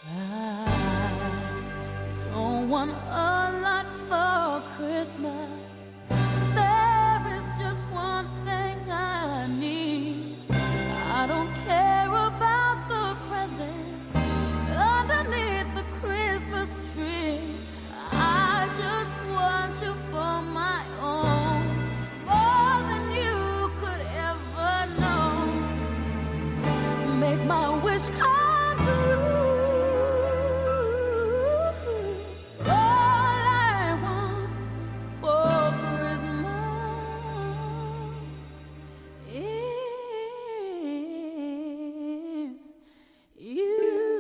I don't want a lot for Christmas. There is just one thing I need. I don't care about the presents underneath the Christmas tree. I just want you for my own, more than you could ever know. Make my wish come true. All I want for Christmas is you.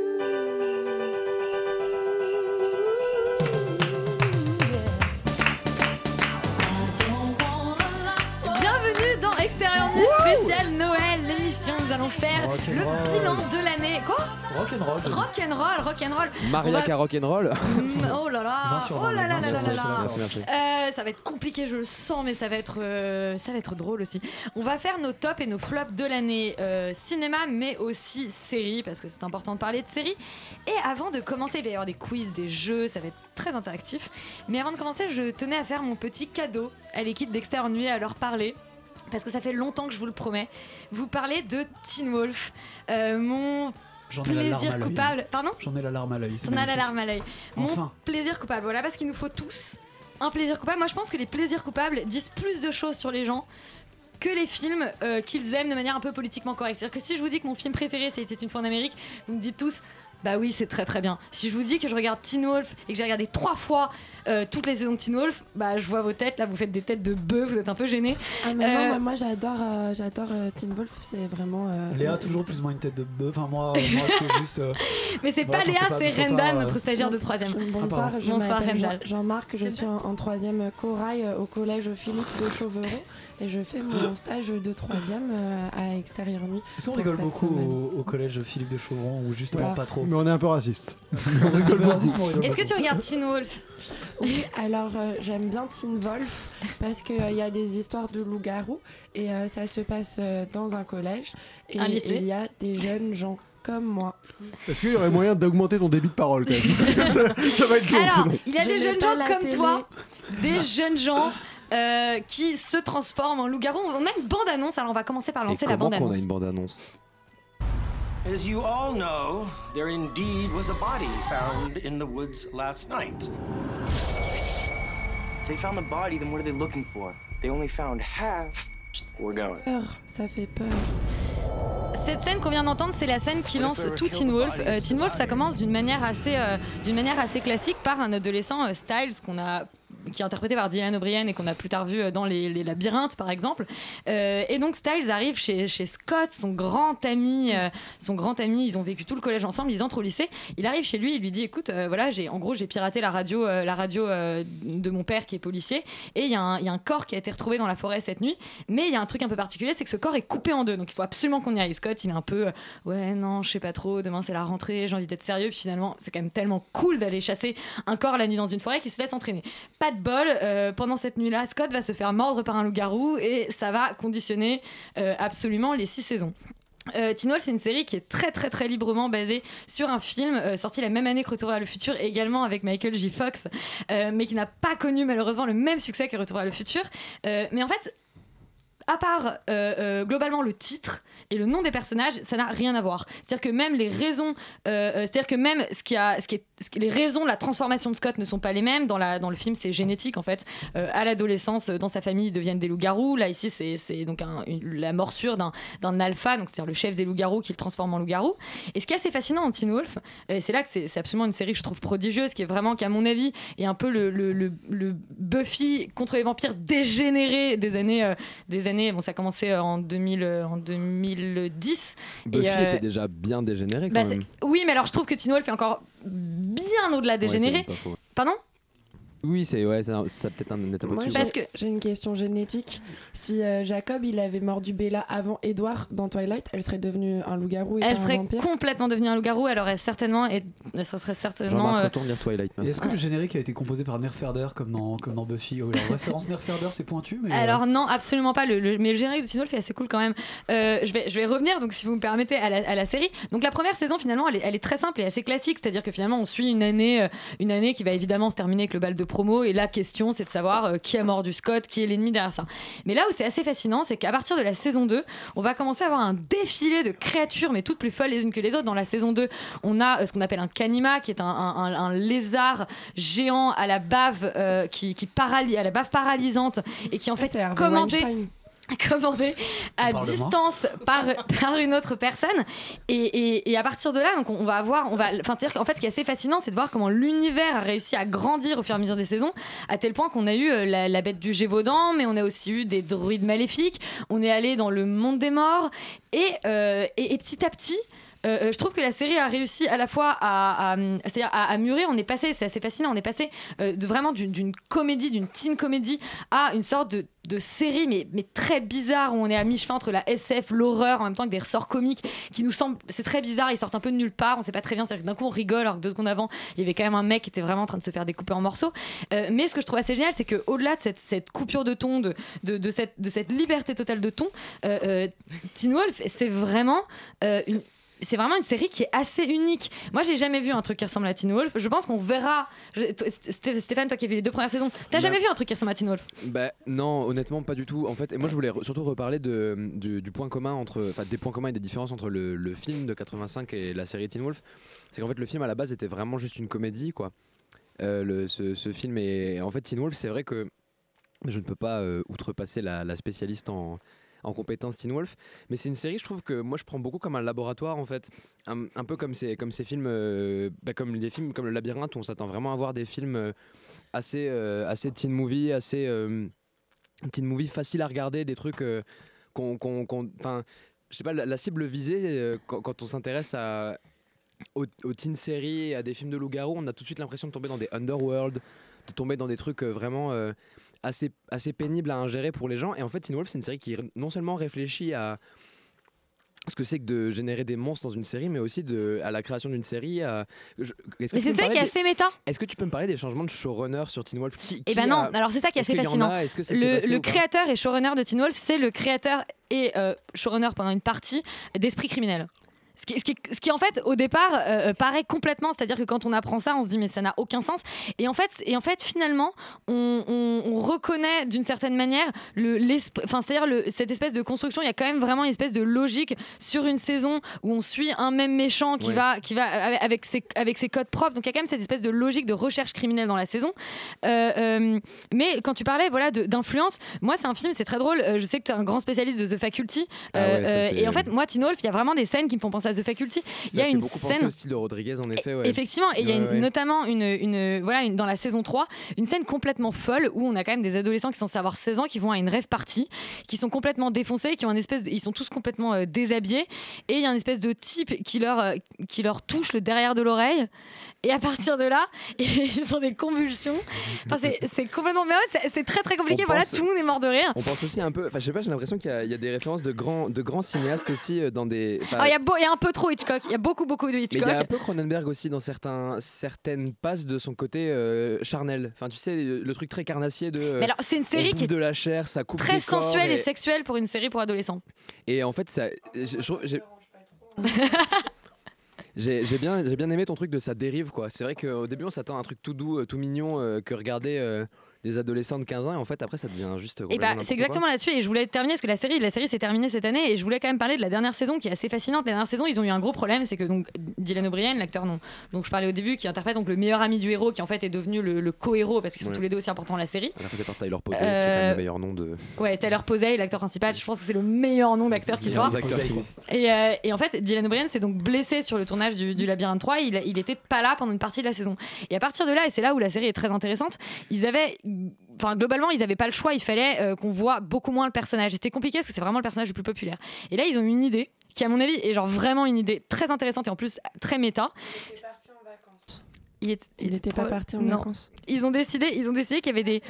Bienvenue dans Extérieur Nuit spécial Noël, l'émission où nous allons faire le bilan de l'année. Quoi ? Rock'n'roll. Mariaka rock'n'roll. Oh là là. Oh là là là là là là. Merci. Ça va être compliqué, je le sens, mais ça va être drôle aussi. On va faire nos tops et nos flops de l'année cinéma, mais aussi séries, parce que c'est important de parler de séries. Et avant de commencer, il va y avoir des quiz, des jeux, ça va être très interactif. Mais avant de commencer, je tenais à faire mon petit cadeau à l'équipe d'Extérieur Nuit, à leur parler. Parce que ça fait longtemps que je vous le promets. Vous parlez de Teen Wolf, mon plaisir coupable. Pardon ? J'en ai la larme à l'œil. T'en as la larme à l'œil. Enfin. Mon plaisir coupable. Voilà, parce qu'il nous faut tous un plaisir coupable. Moi, je pense que les plaisirs coupables disent plus de choses sur les gens que les films qu'ils aiment de manière un peu politiquement correcte. C'est-à-dire que si je vous dis que mon film préféré, c'était Une fois en Amérique, vous me dites tous... Bah oui, c'est très très bien. Si je vous dis que je regarde Teen Wolf et que j'ai regardé 3 fois toutes les saisons de Teen Wolf, bah je vois vos têtes, là vous faites des têtes de bœuf, vous êtes un peu gênés. Ah mais non, moi j'adore Teen Wolf, c'est vraiment... Léa a toujours plus ou moins une tête de bœuf, enfin moi c'est juste... Mais c'est pas Léa, c'est Rendal, notre stagiaire de 3ème. Bonsoir, je Bonsoir m'appelle Rendal. Jean-Marc, je suis en 3ème corail au collège Philippe de Chauvereau et je fais mon stage de 3ème à Extérieur Nuit. Est-ce qu'on rigole beaucoup au collège Philippe de Chauveron ou justement pas trop? Mais on est un peu raciste. Est-ce que tu regardes Teen Wolf? Oui, alors j'aime bien Teen Wolf parce qu'il y a des histoires de loups-garous et ça se passe dans un collège et il y a des jeunes gens comme moi. Est-ce qu'il y aurait moyen d'augmenter ton débit de parole quand même? ça va être long. Alors, il y a des jeunes gens comme toi, des jeunes gens qui se transforment en loups-garous. On a une bande-annonce, alors on va commencer par lancer la bande-annonce. On a une bande-annonce. As you all know, there indeed was a body found in the woods last night. If they found the body, then what are they looking for? They only found half. We're going. Ça fait peur. Cette scène qu'on vient d'entendre, c'est la scène qui lance tout Teen Wolf. Teen Wolf, ça commence d'une manière assez classique par un adolescent Styles qui est interprété par Dylan O'Brien et qu'on a plus tard vu dans les labyrinthes par exemple. Et donc Styles arrive chez Scott, son grand ami. Ils ont vécu tout le collège ensemble, ils entrent au lycée. Il arrive chez lui, il lui dit écoute, voilà, j'ai piraté la radio de mon père qui est policier et il y a un corps qui a été retrouvé dans la forêt cette nuit. Mais il y a un truc un peu particulier, c'est que ce corps est coupé en deux, donc il faut absolument qu'on y aille. Scott, il est un peu ouais non, je sais pas trop, demain c'est la rentrée, j'ai envie d'être sérieux. Puis finalement, c'est quand même tellement cool d'aller chasser un corps la nuit dans une forêt qu'il se laisse entraîner. Pas de bol, pendant cette nuit-là, Scott va se faire mordre par un loup-garou et ça va conditionner absolument les 6 saisons. Teen Wolf, c'est une série qui est très très très librement basée sur un film sorti la même année que Retour vers le futur, également avec Michael J. Fox, mais qui n'a pas connu malheureusement le même succès que Retour vers le futur. Mais en fait, à part globalement le titre et le nom des personnages, ça n'a rien à voir. C'est-à-dire que même les raisons, les raisons de la transformation de Scott ne sont pas les mêmes. Dans le film, c'est génétique en fait. À l'adolescence, dans sa famille, ils deviennent des loups-garous. Là, ici, c'est donc la morsure d'un alpha, donc c'est-à-dire le chef des loups-garous qui le transforme en loup-garou. Et ce qui est assez fascinant en Teen Wolf, c'est là que c'est absolument une série que je trouve prodigieuse, qui est vraiment, qu'à mon avis, est un peu le Buffy contre les vampires dégénéré des années. Bon, ça a commencé en 2010. Buffy était déjà bien dégénéré quand même. Oui, mais alors je trouve que Teen Wolf est encore bien au-delà dégénéré. Ouais, Pardon ? Oui, ça peut-être un état Moi, au-dessus. Parce que j'ai une question génétique. Si Jacob il avait mordu Bella avant Edward dans Twilight, elle serait devenue un loup-garou et elle pas un serait vampire. complètement devenue un loup-garou, elle serait certainement. Jean-Marc retourne lire Twilight. Est-ce que le générique a été composé par Nerferder comme dans Buffy? La référence Nerferder, c'est pointu, mais Alors non, absolument pas. Mais le générique de Teen Wolf est assez cool quand même. Je vais revenir, donc si vous me permettez, à la série. Donc la première saison, finalement, elle est très simple et assez classique. C'est-à-dire que finalement, on suit une année qui va évidemment se terminer avec le bal de promo. Et la question, c'est de savoir qui a mordu Scott, qui est l'ennemi derrière ça. Mais là où c'est assez fascinant, c'est qu'à partir de la saison 2, on va commencer à avoir un défilé de créatures, mais toutes plus folles les unes que les autres. Dans la saison 2, on a ce qu'on appelle un Kanima, qui est un lézard géant à la bave à la bave paralysante et qui en fait est commandé à distance par une autre personne et à partir de là donc c'est-à-dire qu'en fait ce qui est assez fascinant, c'est de voir comment l'univers a réussi à grandir au fur et à mesure des saisons, à tel point qu'on a eu la bête du Gévaudan, mais on a aussi eu des druides maléfiques, on est allé dans le monde des morts et petit à petit je trouve que la série a réussi à la fois c'est-à-dire à mûrir. On est passé, c'est assez fascinant, on est passé vraiment d'une comédie, d'une teen comédie à une sorte de série mais très bizarre, où on est à mi-chemin entre la SF, l'horreur, en même temps que des ressorts comiques qui nous semblent, c'est très bizarre, ils sortent un peu de nulle part, on sait pas très bien, c'est-à-dire que d'un coup on rigole alors que 2 secondes avant il y avait quand même un mec qui était vraiment en train de se faire découper en morceaux, mais ce que je trouve assez génial, c'est qu'au-delà de cette coupure de ton, de cette liberté totale de ton, Teen Wolf c'est vraiment une série qui est assez unique. Moi, j'ai jamais vu un truc qui ressemble à Teen Wolf. Je pense qu'on verra. Stéphane, toi qui as vu les 2 premières saisons, t'as jamais vu un truc qui ressemble à Teen Wolf? Non, honnêtement, pas du tout. En fait, et moi, je voulais surtout reparler du point commun des points communs et des différences entre le film de 85 et la série Teen Wolf. C'est qu'en fait, le film à la base était vraiment juste une comédie, quoi. Ce film et en fait, Teen Wolf, c'est vrai que je ne peux pas outrepasser la spécialiste en compétence Teen Wolf, mais c'est une série, je trouve que moi je prends beaucoup comme un laboratoire en fait, un peu comme ces films, comme des films comme Le Labyrinthe, où on s'attend vraiment à voir des films assez teen movie, teen movie facile à regarder, des trucs enfin je sais pas, la cible visée quand on s'intéresse aux teen séries, à des films de loup-garou, on a tout de suite l'impression de tomber dans des Underworld, de tomber dans des trucs vraiment assez pénible à ingérer pour les gens. Et en fait, Teen Wolf, c'est une série qui non seulement réfléchit à ce que c'est que de générer des monstres dans une série, mais aussi à la création d'une série. Mais c'est ça qui est assez méta. Est-ce que tu peux me parler des changements de showrunner sur Teen Wolf? Non, alors c'est ça qui est assez fascinant. Le créateur et showrunner de Teen Wolf, c'est le créateur et showrunner pendant une partie d'Esprit criminel. Ce qui en fait au départ paraît complètement, c'est-à-dire que quand on apprend ça on se dit mais ça n'a aucun sens, et en fait finalement on reconnaît d'une certaine manière c'est-à-dire cette espèce de construction. Il y a quand même vraiment une espèce de logique sur une saison où on suit un même méchant qui va avec ses codes propres, donc il y a quand même cette espèce de logique de recherche criminelle dans la saison, mais quand tu parlais d'influence, moi c'est un film, c'est très drôle, je sais que tu es un grand spécialiste de The Faculty, et en fait moi Teen Wolf, il y a vraiment des scènes qui me font penser à The Faculty. Il y a une beaucoup scène pensé au style de Rodriguez en effet, effectivement, et il y a notamment dans la saison 3 une scène complètement folle où on a quand même des adolescents qui sont censés avoir 16 ans, qui vont à une rave party, qui sont complètement défoncés, qui ont ils sont tous complètement déshabillés, et il y a une espèce de type qui leur touche le derrière de l'oreille, et à partir de là ils ont des convulsions. Enfin, c'est complètement, mais c'est très très compliqué. Tout le monde est mort de rire. On pense aussi un peu, je sais pas, j'ai l'impression qu'il y a des références de grands cinéastes aussi dans des. Il y a un peu trop Hitchcock, il y a beaucoup de Hitchcock. Mais il y a un peu Cronenberg aussi dans certaines passes de son côté charnel. Enfin, tu sais, le truc très carnassier de. Mais alors, c'est une série qui est de la chair, ça coupe très sensuelle et sexuelle pour une série pour adolescents. Et en fait, j'ai bien aimé ton truc de sa dérive, quoi. C'est vrai qu'au début on s'attend à un truc tout doux, tout mignon que regarder des adolescents de 15 ans, et en fait après ça devient juste c'est exactement là-dessus, et je voulais terminer parce que la série s'est terminée cette année, et je voulais quand même parler de la dernière saison qui est assez fascinante. La dernière saison, ils ont eu un gros problème, c'est que donc Dylan O'Brien, l'acteur dont je parlais au début, qui interprète donc le meilleur ami du héros, qui en fait est devenu le co-héros parce qu'ils sont tous les deux aussi importants dans la série. Interprété par Tyler Posey, qui est quand même le meilleur nom de. Ouais, Tyler Posey, l'acteur principal, je pense que c'est le meilleur nom d'acteur qui soit. Et en fait, Dylan O'Brien s'est donc blessé sur le tournage du Labyrinthe 3. Il était pas là pendant une partie de la saison. Et à partir de là, et c'est là où la série est très intéressante, globalement, ils n'avaient pas le choix. Il fallait qu'on voit beaucoup moins le personnage. C'était compliqué parce que c'est vraiment le personnage le plus populaire. Et là, ils ont eu une idée qui, à mon avis, est genre vraiment une idée très intéressante et en plus très méta. Il est parti en vacances. Il était pas parti en non. vacances. Ils ont décidé qu'il y avait des...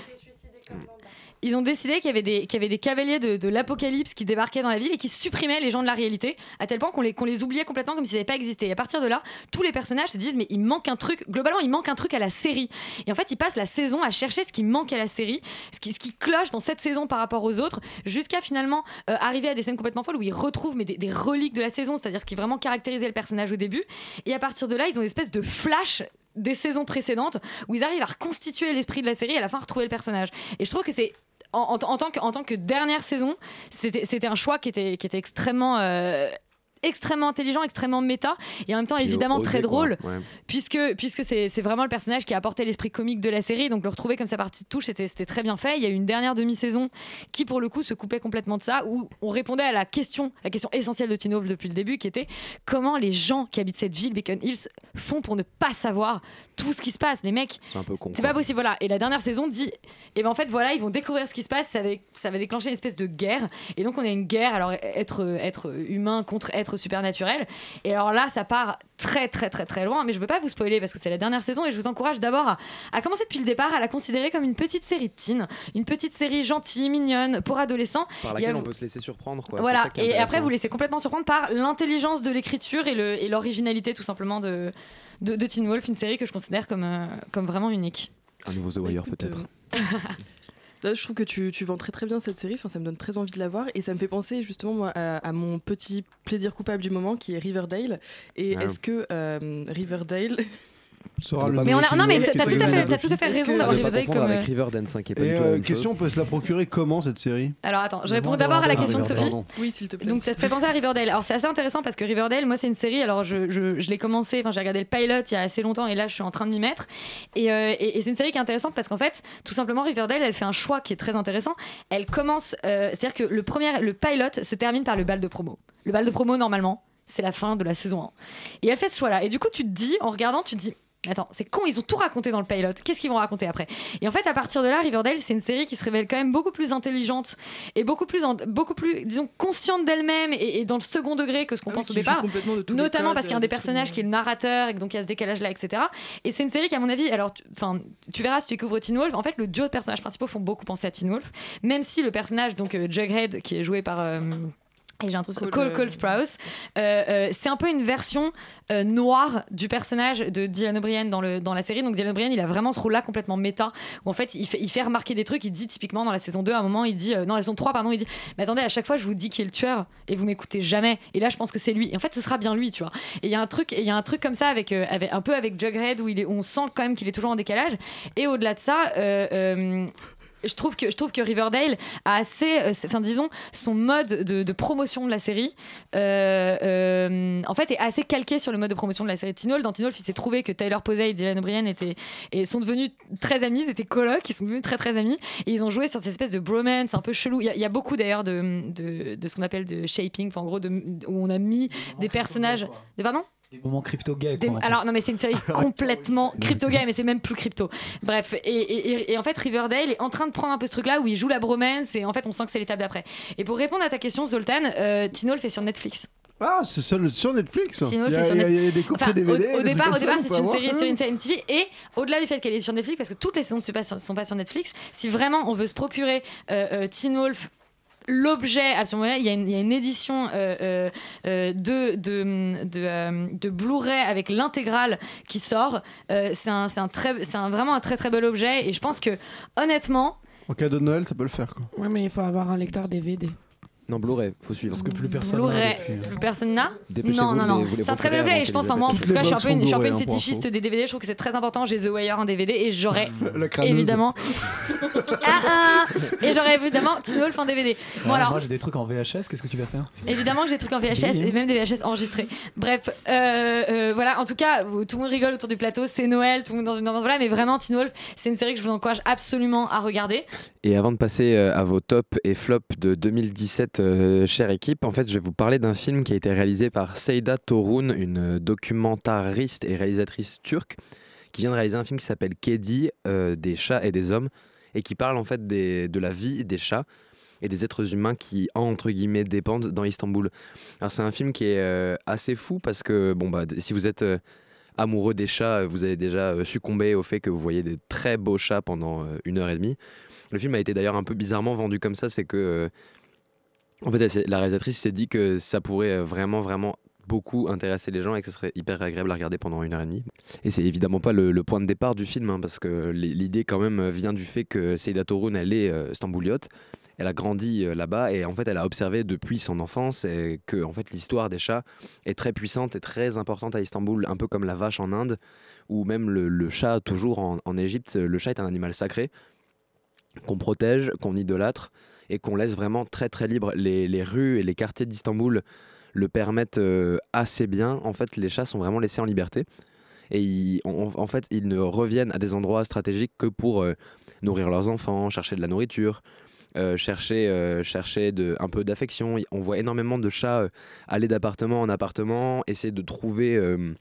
Ils ont décidé qu'il y avait des cavaliers de l'apocalypse qui débarquaient dans la ville et qui supprimaient les gens de la réalité, à tel point qu'on les oubliait complètement comme s'ils n'avaient pas existé. Et à partir de là, tous les personnages se disent mais il manque un truc, globalement il manque un truc à la série. Et en fait ils passent la saison à chercher ce qui manque à la série, ce qui cloche dans cette saison par rapport aux autres, jusqu'à finalement arriver à des scènes complètement folles où ils retrouvent des reliques de la saison, c'est-à-dire qui vraiment caractérisaient le personnage au début. Et à partir de là, ils ont une espèce de flash des saisons précédentes où ils arrivent à reconstituer l'esprit de la série et à la fin retrouver le personnage. Et je trouve que c'est en tant que dernière saison, c'était un choix qui était extrêmement intelligent, extrêmement méta et en même temps évidemment osé, très drôle, ouais. puisque c'est vraiment le personnage qui a apporté l'esprit comique de la série, donc le retrouver comme sa partie de touche c'était très bien fait. Il y a eu une dernière demi-saison qui pour le coup se coupait complètement de ça, où on répondait à la question essentielle de Teen Wolf depuis le début, qui était comment les gens qui habitent cette ville, Beacon Hills, font pour ne pas savoir tout ce qui se passe. Les mecs, C'est un peu con. c'est pas possible, voilà. Et la dernière saison dit, et ben en fait voilà, ils vont découvrir ce qui se passe, ça va déclencher une espèce de guerre, et donc on a une guerre, alors être humain contre être supernaturel, et alors là ça part très très très très loin, mais je veux pas vous spoiler parce que c'est la dernière saison, et je vous encourage d'abord à commencer depuis le départ, à la considérer comme une petite série de teen, une petite série gentille, mignonne, pour adolescents. Par laquelle on peut se laisser surprendre, quoi. Voilà, C'est ça qui est et intéressant. après vous laissez complètement surprendre par l'intelligence de l'écriture et l'originalité tout simplement de Teen Wolf, une série que je considère comme vraiment unique. Un nouveau The Wire peut-être. Là, je trouve que tu vends très très bien cette série, enfin, ça me donne très envie de la voir, et ça me fait penser justement moi, à mon petit plaisir coupable du moment qui est Riverdale. Et est-ce que Riverdale Mais t'as tout à fait raison d'avoir Riverdale comme avec Riverdance, qui est pas du tout la même question, chose. on peut se la procurer comment cette série? Alors attends, je réponds d'abord à la question de Sophie. Oui, s'il te plaît. Donc ça te fait penser à Riverdale. Alors c'est assez intéressant parce que Riverdale, moi c'est une série, alors je l'ai commencé, enfin j'ai regardé le pilot il y a assez longtemps et là je suis en train de m'y mettre. Et c'est une série qui est intéressante parce qu'en fait, tout simplement Riverdale, elle fait un choix qui est très intéressant. Elle commence, c'est-à-dire que le pilot se termine par le bal de promo. Le bal de promo normalement, c'est la fin de la saison 1. Et elle fait ce choix-là. Et du coup tu te dis, en regardant, tu te dis... Attends, c'est con, ils ont tout raconté dans le pilot. Qu'est-ce qu'ils vont raconter après? Et en fait, à partir de là, Riverdale, c'est une série qui se révèle quand même beaucoup plus intelligente et beaucoup plus, disons, consciente d'elle-même et dans le second degré que ce qu'on pense au départ. Notamment parce qu'il y a un des personnages qui est le narrateur et donc il y a ce décalage-là, etc. Et c'est une série qui, à mon avis, alors, tu verras si tu découvres Teen Wolf, en fait, le duo de personnages principaux font beaucoup penser à Teen Wolf, même si le personnage, donc Jughead, qui est joué par... Et j'ai un truc sur Cole Sprouse. C'est un peu une version noire du personnage de Dylan O'Brien dans la série. Donc Dylan O'Brien, il a vraiment ce rôle-là complètement méta, où en fait il fait remarquer des trucs. Il dit typiquement dans la saison 2, à un moment, il dit, non, la saison 3, pardon, il dit, mais attendez, à chaque fois je vous dis qui est le tueur et vous m'écoutez jamais. Et là je pense que c'est lui. Et en fait ce sera bien lui, tu vois. Et il y a un truc comme ça avec un peu avec Jughead où on sent quand même qu'il est toujours en décalage. Et au-delà de ça, je trouve que Riverdale a assez, disons, son mode de promotion de la série, en fait, est assez calqué sur le mode de promotion de la série Teen Wolf. Dans Teen Wolf, il s'est trouvé que Tyler Posey et Dylan O'Brien sont devenus très amis, ils étaient colocs, ils sont devenus très très amis, et ils ont joué sur cette espèce de bromance un peu chelou. Il y a beaucoup d'ailleurs de ce qu'on appelle de shaping, enfin en gros, où on a mis des personnages. Pardon ? Des moments crypto-gay. Alors non mais c'est une série complètement crypto-gay, mais c'est même plus crypto. Bref, et en fait Riverdale est en train de prendre un peu ce truc-là où il joue la bromance et en fait on sent que c'est l'étape d'après. Et pour répondre à ta question Zoltan, Teen Wolf est sur Netflix. Ah, c'est sur Netflix. Teen Wolf est sur Netflix. Il y a des coffrets DVD. Au départ c'est une série sur une série MTV, et au-delà du fait qu'elle est sur Netflix, parce que toutes les saisons ne sont pas sur Netflix, si vraiment on veut se procurer Teen Wolf, l'objet absolument, il y a une édition de Blu-ray avec l'intégrale qui sort. C'est vraiment un très très bel objet, et je pense que honnêtement, en cadeau de Noël, ça peut le faire, quoi. Ouais, mais il faut avoir un lecteur DVD. Non, Blu-ray, faut suivre. Parce que plus personne Blu-ray, plus personne n'a. Non. C'est un très bel objet, et je pense, moi en tout cas, je suis un peu une fétichiste des DVD. Je trouve que c'est très important. J'ai The Wire en DVD et j'aurais évidemment. Et j'aurais évidemment Teen Wolf en DVD. Bon, alors, moi j'ai des trucs en VHS, qu'est-ce que tu vas faire? Évidemment que j'ai des trucs en VHS et même des VHS enregistrés. Bref, voilà, en tout cas, tout le monde rigole autour du plateau, c'est Noël, tout le monde dans une ambiance, voilà, mais vraiment Teen Wolf, c'est une série que je vous encourage absolument à regarder. Et avant de passer à vos tops et flops de 2017, chère équipe, en fait, je vais vous parler d'un film qui a été réalisé par Seyda Torun, une documentariste et réalisatrice turque, qui vient de réaliser un film qui s'appelle Kedi, des chats et des hommes, et qui parle en fait de la vie des chats et des êtres humains qui, entre guillemets, dépendent dans Istanbul. Alors c'est un film qui est assez fou parce que, si vous êtes amoureux des chats, vous avez déjà succombé au fait que vous voyez des très beaux chats pendant 1h30. Le film a été d'ailleurs un peu bizarrement vendu comme ça, c'est que en fait la réalisatrice s'est dit que ça pourrait vraiment beaucoup intéresser les gens et que ce serait hyper agréable à regarder pendant 1h30. Et c'est évidemment pas le point de départ du film, parce que l'idée quand même vient du fait que Seyda Torun, elle est stambouliote, elle a grandi là-bas et en fait elle a observé depuis son enfance que en fait l'histoire des chats est très puissante et très importante à Istanbul, un peu comme la vache en Inde ou même le chat toujours en Égypte. Le chat est un animal sacré qu'on protège, qu'on idolâtre et qu'on laisse vraiment très très libre. Les rues et les quartiers d'Istanbul le permettent assez bien. En fait, les chats sont vraiment laissés en liberté et en fait, ils ne reviennent à des endroits stratégiques que pour nourrir leurs enfants, chercher de la nourriture, chercher un peu d'affection. On voit énormément de chats aller d'appartement en appartement, essayer de trouver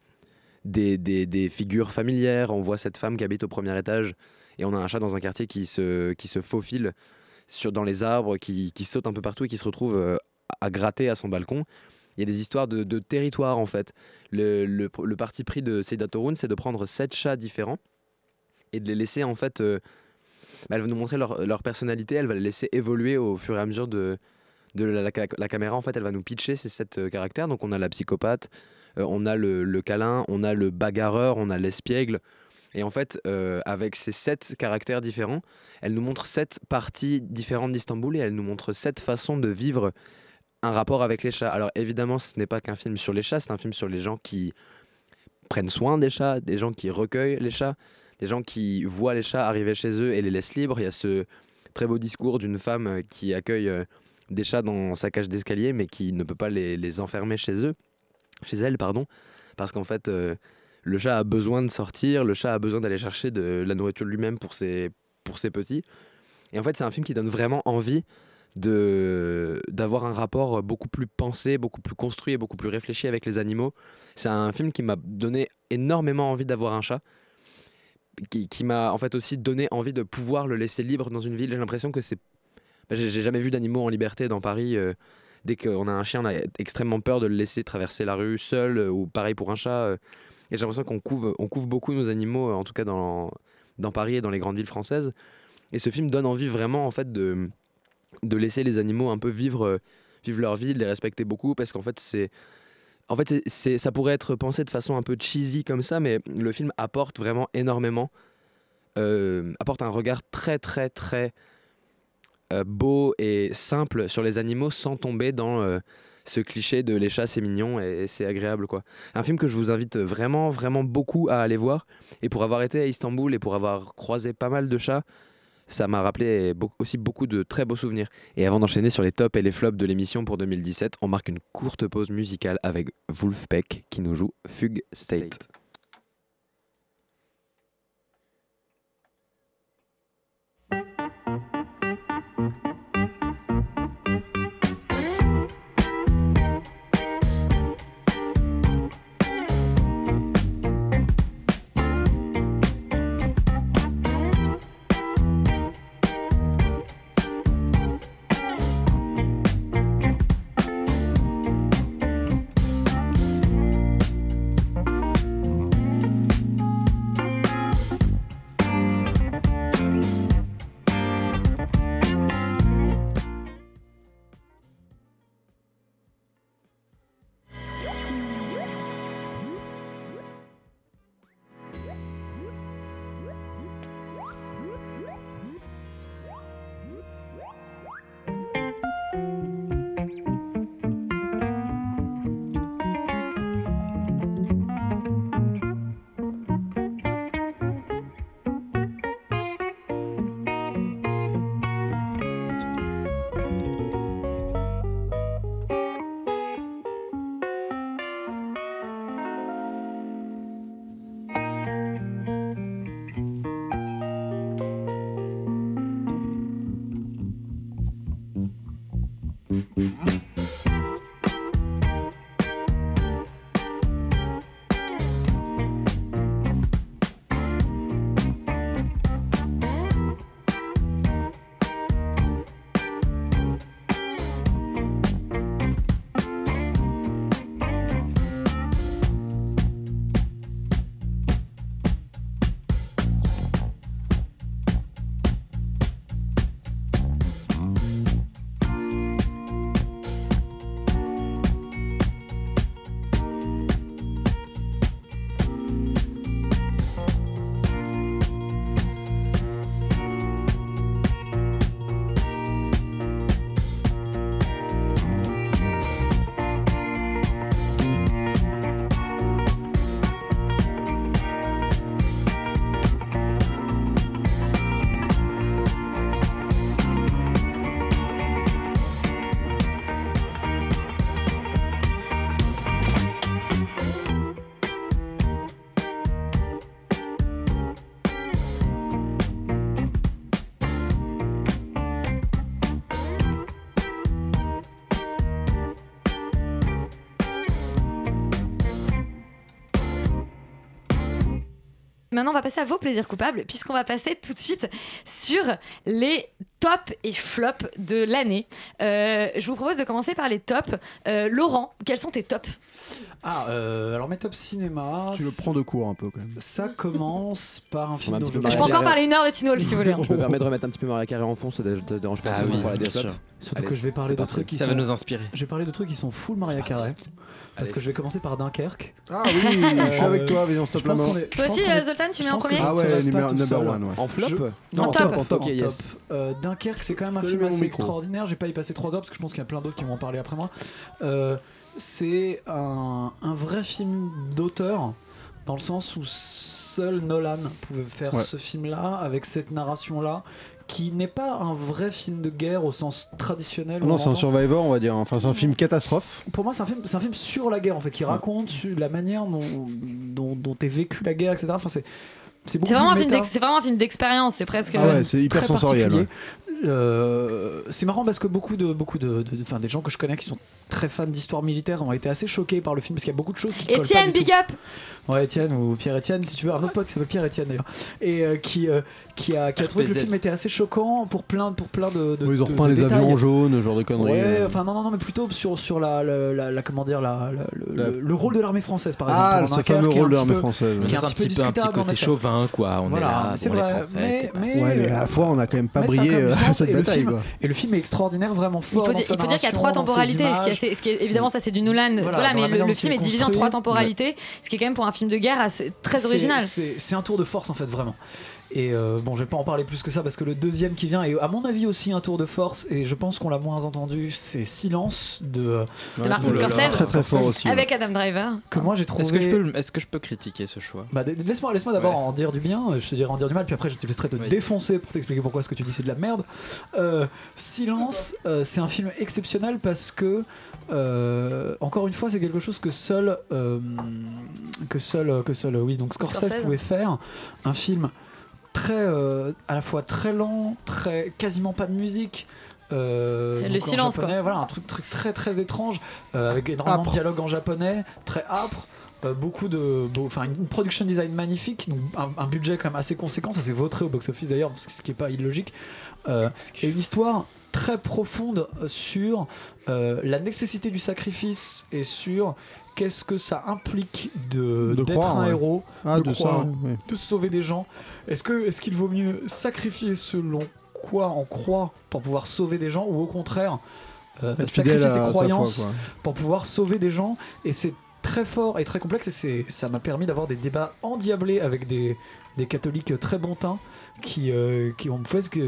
des figures familières. On voit cette femme qui habite au premier étage et on a un chat dans un quartier qui se faufile dans les arbres, qui saute un peu partout et qui se retrouve à gratter à son balcon. Il y a des histoires de territoire en fait. Le parti pris de Seyda Torun, c'est de prendre 7 chats différents et de les laisser en fait... elle va nous montrer leur personnalité, elle va les laisser évoluer au fur et à mesure de la caméra. En fait, elle va nous pitcher ces 7 caractères. Donc on a la psychopathe, on a le câlin, on a le bagarreur, on a l'espiègle. Et en fait, avec ces 7 caractères différents, elle nous montre 7 parties différentes d'Istanbul et elle nous montre 7 façons de vivre un rapport avec les chats. Alors évidemment, ce n'est pas qu'un film sur les chats, c'est un film sur les gens qui prennent soin des chats, des gens qui recueillent les chats, des gens qui voient les chats arriver chez eux et les laissent libres. Il y a ce très beau discours d'une femme qui accueille des chats dans sa cage d'escalier mais qui ne peut pas les enfermer chez elle, parce qu'en fait le chat a besoin de sortir, le chat a besoin d'aller chercher de la nourriture lui-même pour ses petits. Et en fait, c'est un film qui donne vraiment envie d'avoir un rapport beaucoup plus pensé, beaucoup plus construit et beaucoup plus réfléchi avec les animaux. C'est un film qui m'a donné énormément envie d'avoir un chat, qui m'a en fait aussi donné envie de pouvoir le laisser libre dans une ville. J'ai l'impression que j'ai jamais vu d'animaux en liberté dans Paris. Dès qu'on a un chien, on a extrêmement peur de le laisser traverser la rue seul, ou pareil pour un chat. Et j'ai l'impression qu'on couve beaucoup nos animaux, en tout cas dans Paris et dans les grandes villes françaises. Et ce film donne envie vraiment en fait de laisser les animaux un peu vivre leur vie, de les respecter beaucoup, parce qu'en fait ça pourrait être pensé de façon un peu cheesy comme ça, mais le film apporte vraiment énormément, apporte un regard très très très beau et simple sur les animaux sans tomber dans ce cliché de les chats c'est mignon et c'est agréable quoi. Un film que je vous invite vraiment vraiment beaucoup à aller voir, et pour avoir été à Istanbul et pour avoir croisé pas mal de chats, ça m'a rappelé aussi beaucoup de très beaux souvenirs. Et avant d'enchaîner sur les tops et les flops de l'émission pour 2017, on marque une courte pause musicale avec Wolfpack qui nous joue Fugue State. Maintenant, on va passer à vos plaisirs coupables, puisqu'on va passer tout de suite sur les tops et flops de l'année. Je vous propose de commencer par les tops. Laurent, quels sont tes tops ? Alors mes tops cinéma. Tu le prends de court un peu quand même. Ça commence par un film dont je peux encore parler 1 heure de Teen Wolf si vous voulez. Je me permets de remettre un petit peu Mariah Carey en fond, ça ne dérange pas pour la bien sûr. Surtout que je vais parler de trucs qui ça va nous inspirer. Je vais parler de trucs qui sont full Mariah Carey. Parce que je vais commencer par Dunkerque. Ah oui, je suis avec toi, viens, stop la main. Toi aussi, Zoltan, tu mets en premier ? Ah ouais, number one. En flop ? En top. Yes. Dunkerque, c'est quand même un film assez extraordinaire. J'ai pas y passé 3 heures parce que je pense qu'il y a plein d'autres qui vont en parler après moi. C'est un vrai film d'auteur, dans le sens où seul Nolan pouvait faire ce film-là, avec cette narration-là, qui n'est pas un vrai film de guerre au sens traditionnel. Non, c'est un Survivor, on va dire. Enfin, c'est un film catastrophe. Pour moi, c'est un film sur la guerre, en fait, qui raconte la manière dont est vécue la guerre, etc. Enfin, c'est vraiment un film d'expérience, c'est presque. Ah ouais, c'est hyper sensoriel. Ouais. C'est marrant parce que beaucoup de des gens que je connais qui sont très fans d'histoire militaire ont été assez choqués par le film parce qu'il y a beaucoup de choses qui collent pas du Étienne, big up. Ouais, Étienne ou Pierre-Étienne, si tu veux, un autre pote qui s'appelle Pierre-Étienne d'ailleurs, et qui a trouvé que le film était assez choquant pour plein de ils ont repeint les avions en jaune, ce genre de conneries. Ouais, enfin non, mais plutôt sur la comment dire, le rôle de l'armée française par exemple. Ah, ce fameux rôle de l'armée française. Qui est un petit côté chauvin, quoi. On est là, c'est vrai, les Français. Mais à la fois, on a quand même pas brillé à cette bataille. Et le film est extraordinaire, vraiment fort. Il faut dire qu'il y a 3 temporalités. Ce qui est évidemment, ça c'est du Nolan. Voilà, mais le film est divisé en 3 temporalités, ce qui est quand même pour un film de guerre très original. C'est un tour de force en fait, vraiment. Et bon, je vais pas en parler plus que ça parce que le deuxième qui vient est à mon avis aussi un tour de force, et je pense qu'on l'a moins entendu, c'est Silence de Martin Scorsese, très fort aussi, avec Adam Driver. Que moi j'ai trouvé. Est-ce que je peux critiquer ce choix ? Laisse-moi d'abord en dire du bien, je te dirai en dire du mal, puis après je te laisserai te défoncer pour t'expliquer pourquoi ce que tu dis c'est de la merde. Silence, c'est un film exceptionnel parce que encore une fois c'est quelque chose que seul donc Scorsese pouvait faire, un film très à la fois très lent, quasiment pas de musique, le silence japonais, quoi. Voilà, un truc très très étrange, avec énormément de dialogue en japonais, très âpre, une production design magnifique, donc un budget quand même assez conséquent, ça s'est vautré au box-office d'ailleurs, ce qui est pas illogique, et une histoire très profonde sur la nécessité du sacrifice et sur qu'est-ce que ça implique d'être croire, un héros, de sauver des gens. Est-ce qu'il vaut mieux sacrifier selon quoi on croit pour pouvoir sauver des gens, ou au contraire sacrifier ses croyances pour pouvoir sauver des gens? Et c'est très fort et très complexe, et ça m'a permis d'avoir des débats endiablés avec des catholiques très bon teint qui ont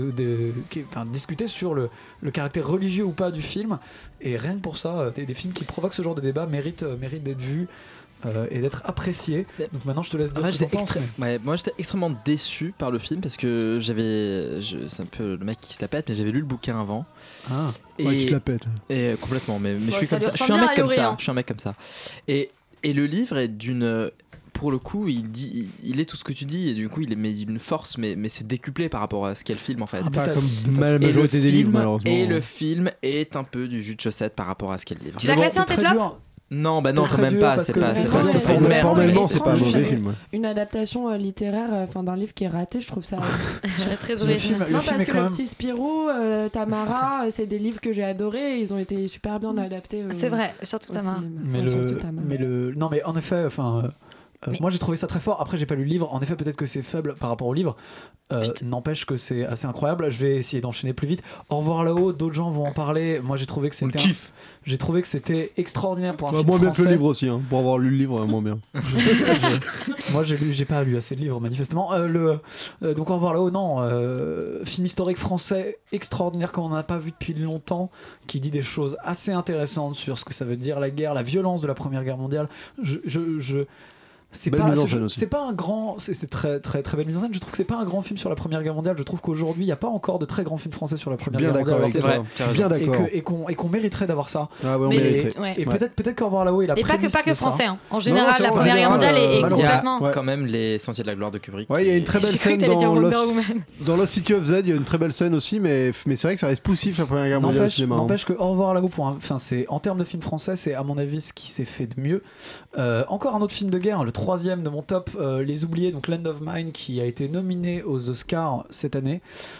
discuté sur le caractère religieux ou pas du film, et rien que pour ça des films qui provoquent ce genre de débat méritent d'être vus et d'être appréciés. Donc maintenant je te laisse dire ce que tu penses. Moi j'étais extrêmement déçu par le film parce que c'est un peu le mec qui se la pète, mais j'avais lu le bouquin avant. Et tu te la pètes. Et complètement, mais je suis comme ça. Je suis un mec comme ça. Et le livre est d'une... Pour le coup, il est tout ce que tu dis, et du coup, il met une force, mais c'est décuplé par rapport à ce qu'est le film en fait. Pas comme la majorité des livres, malheureusement. Et le film est un peu du jus de chaussette par rapport à ce qu'est le livre. Tu l'as classé en tes flops ? Non, quand même pas. C'est pas une merde. Formellement, c'est pas un mauvais film. Une adaptation littéraire, d'un livre qui est raté, je trouve ça très original. Non, parce que le petit Spirou, Tamara, c'est des livres que j'ai adorés. Ils ont été super bien adaptés. C'est vrai, surtout Tamara. Mais en effet, moi j'ai trouvé ça très fort. Après j'ai pas lu le livre, en effet peut-être que c'est faible par rapport au livre, n'empêche que c'est assez incroyable. Je vais essayer d'enchaîner plus vite. Au revoir là-haut, d'autres gens vont en parler. Moi j'ai trouvé que c'était extraordinaire pour un film moins français. Bien que le livre aussi, pour avoir lu le livre, moins bien. Moi j'ai pas lu assez de livres manifestement. Donc Au revoir là-haut, non, film historique français extraordinaire comme on n'en a pas vu depuis longtemps, qui dit des choses assez intéressantes sur ce que ça veut dire la guerre, la violence de la Première Guerre mondiale. C'est pas un grand, c'est très très très belle mise en scène. Je trouve que c'est pas un grand film sur la Première Guerre mondiale. Je trouve qu'aujourd'hui il n'y a pas encore de très grands films français sur la Première Guerre mondiale. C'est vrai, je suis bien d'accord. Et qu'on mériterait d'avoir ça. Ah ouais, on mériterait. Et peut-être qu'Au revoir là-haut est la prémisse. Et pas que français. En général, la Première Guerre mondiale est complètement. Il y a quand même les Sentiers de la gloire de Kubrick. Ouais, il y a une très belle scène dans Lost City of Z. Il y a une très belle scène aussi, mais c'est vrai que ça reste poussif la Première Guerre mondiale. N'empêche que Au revoir là-haut, c'est en termes de film français, c'est à mon avis ce qui s'est fait de mieux. Encore un autre film de guerre, le troisième de mon top, Les Oubliés, donc Land of Mine, qui a été nominé aux Oscars cette année,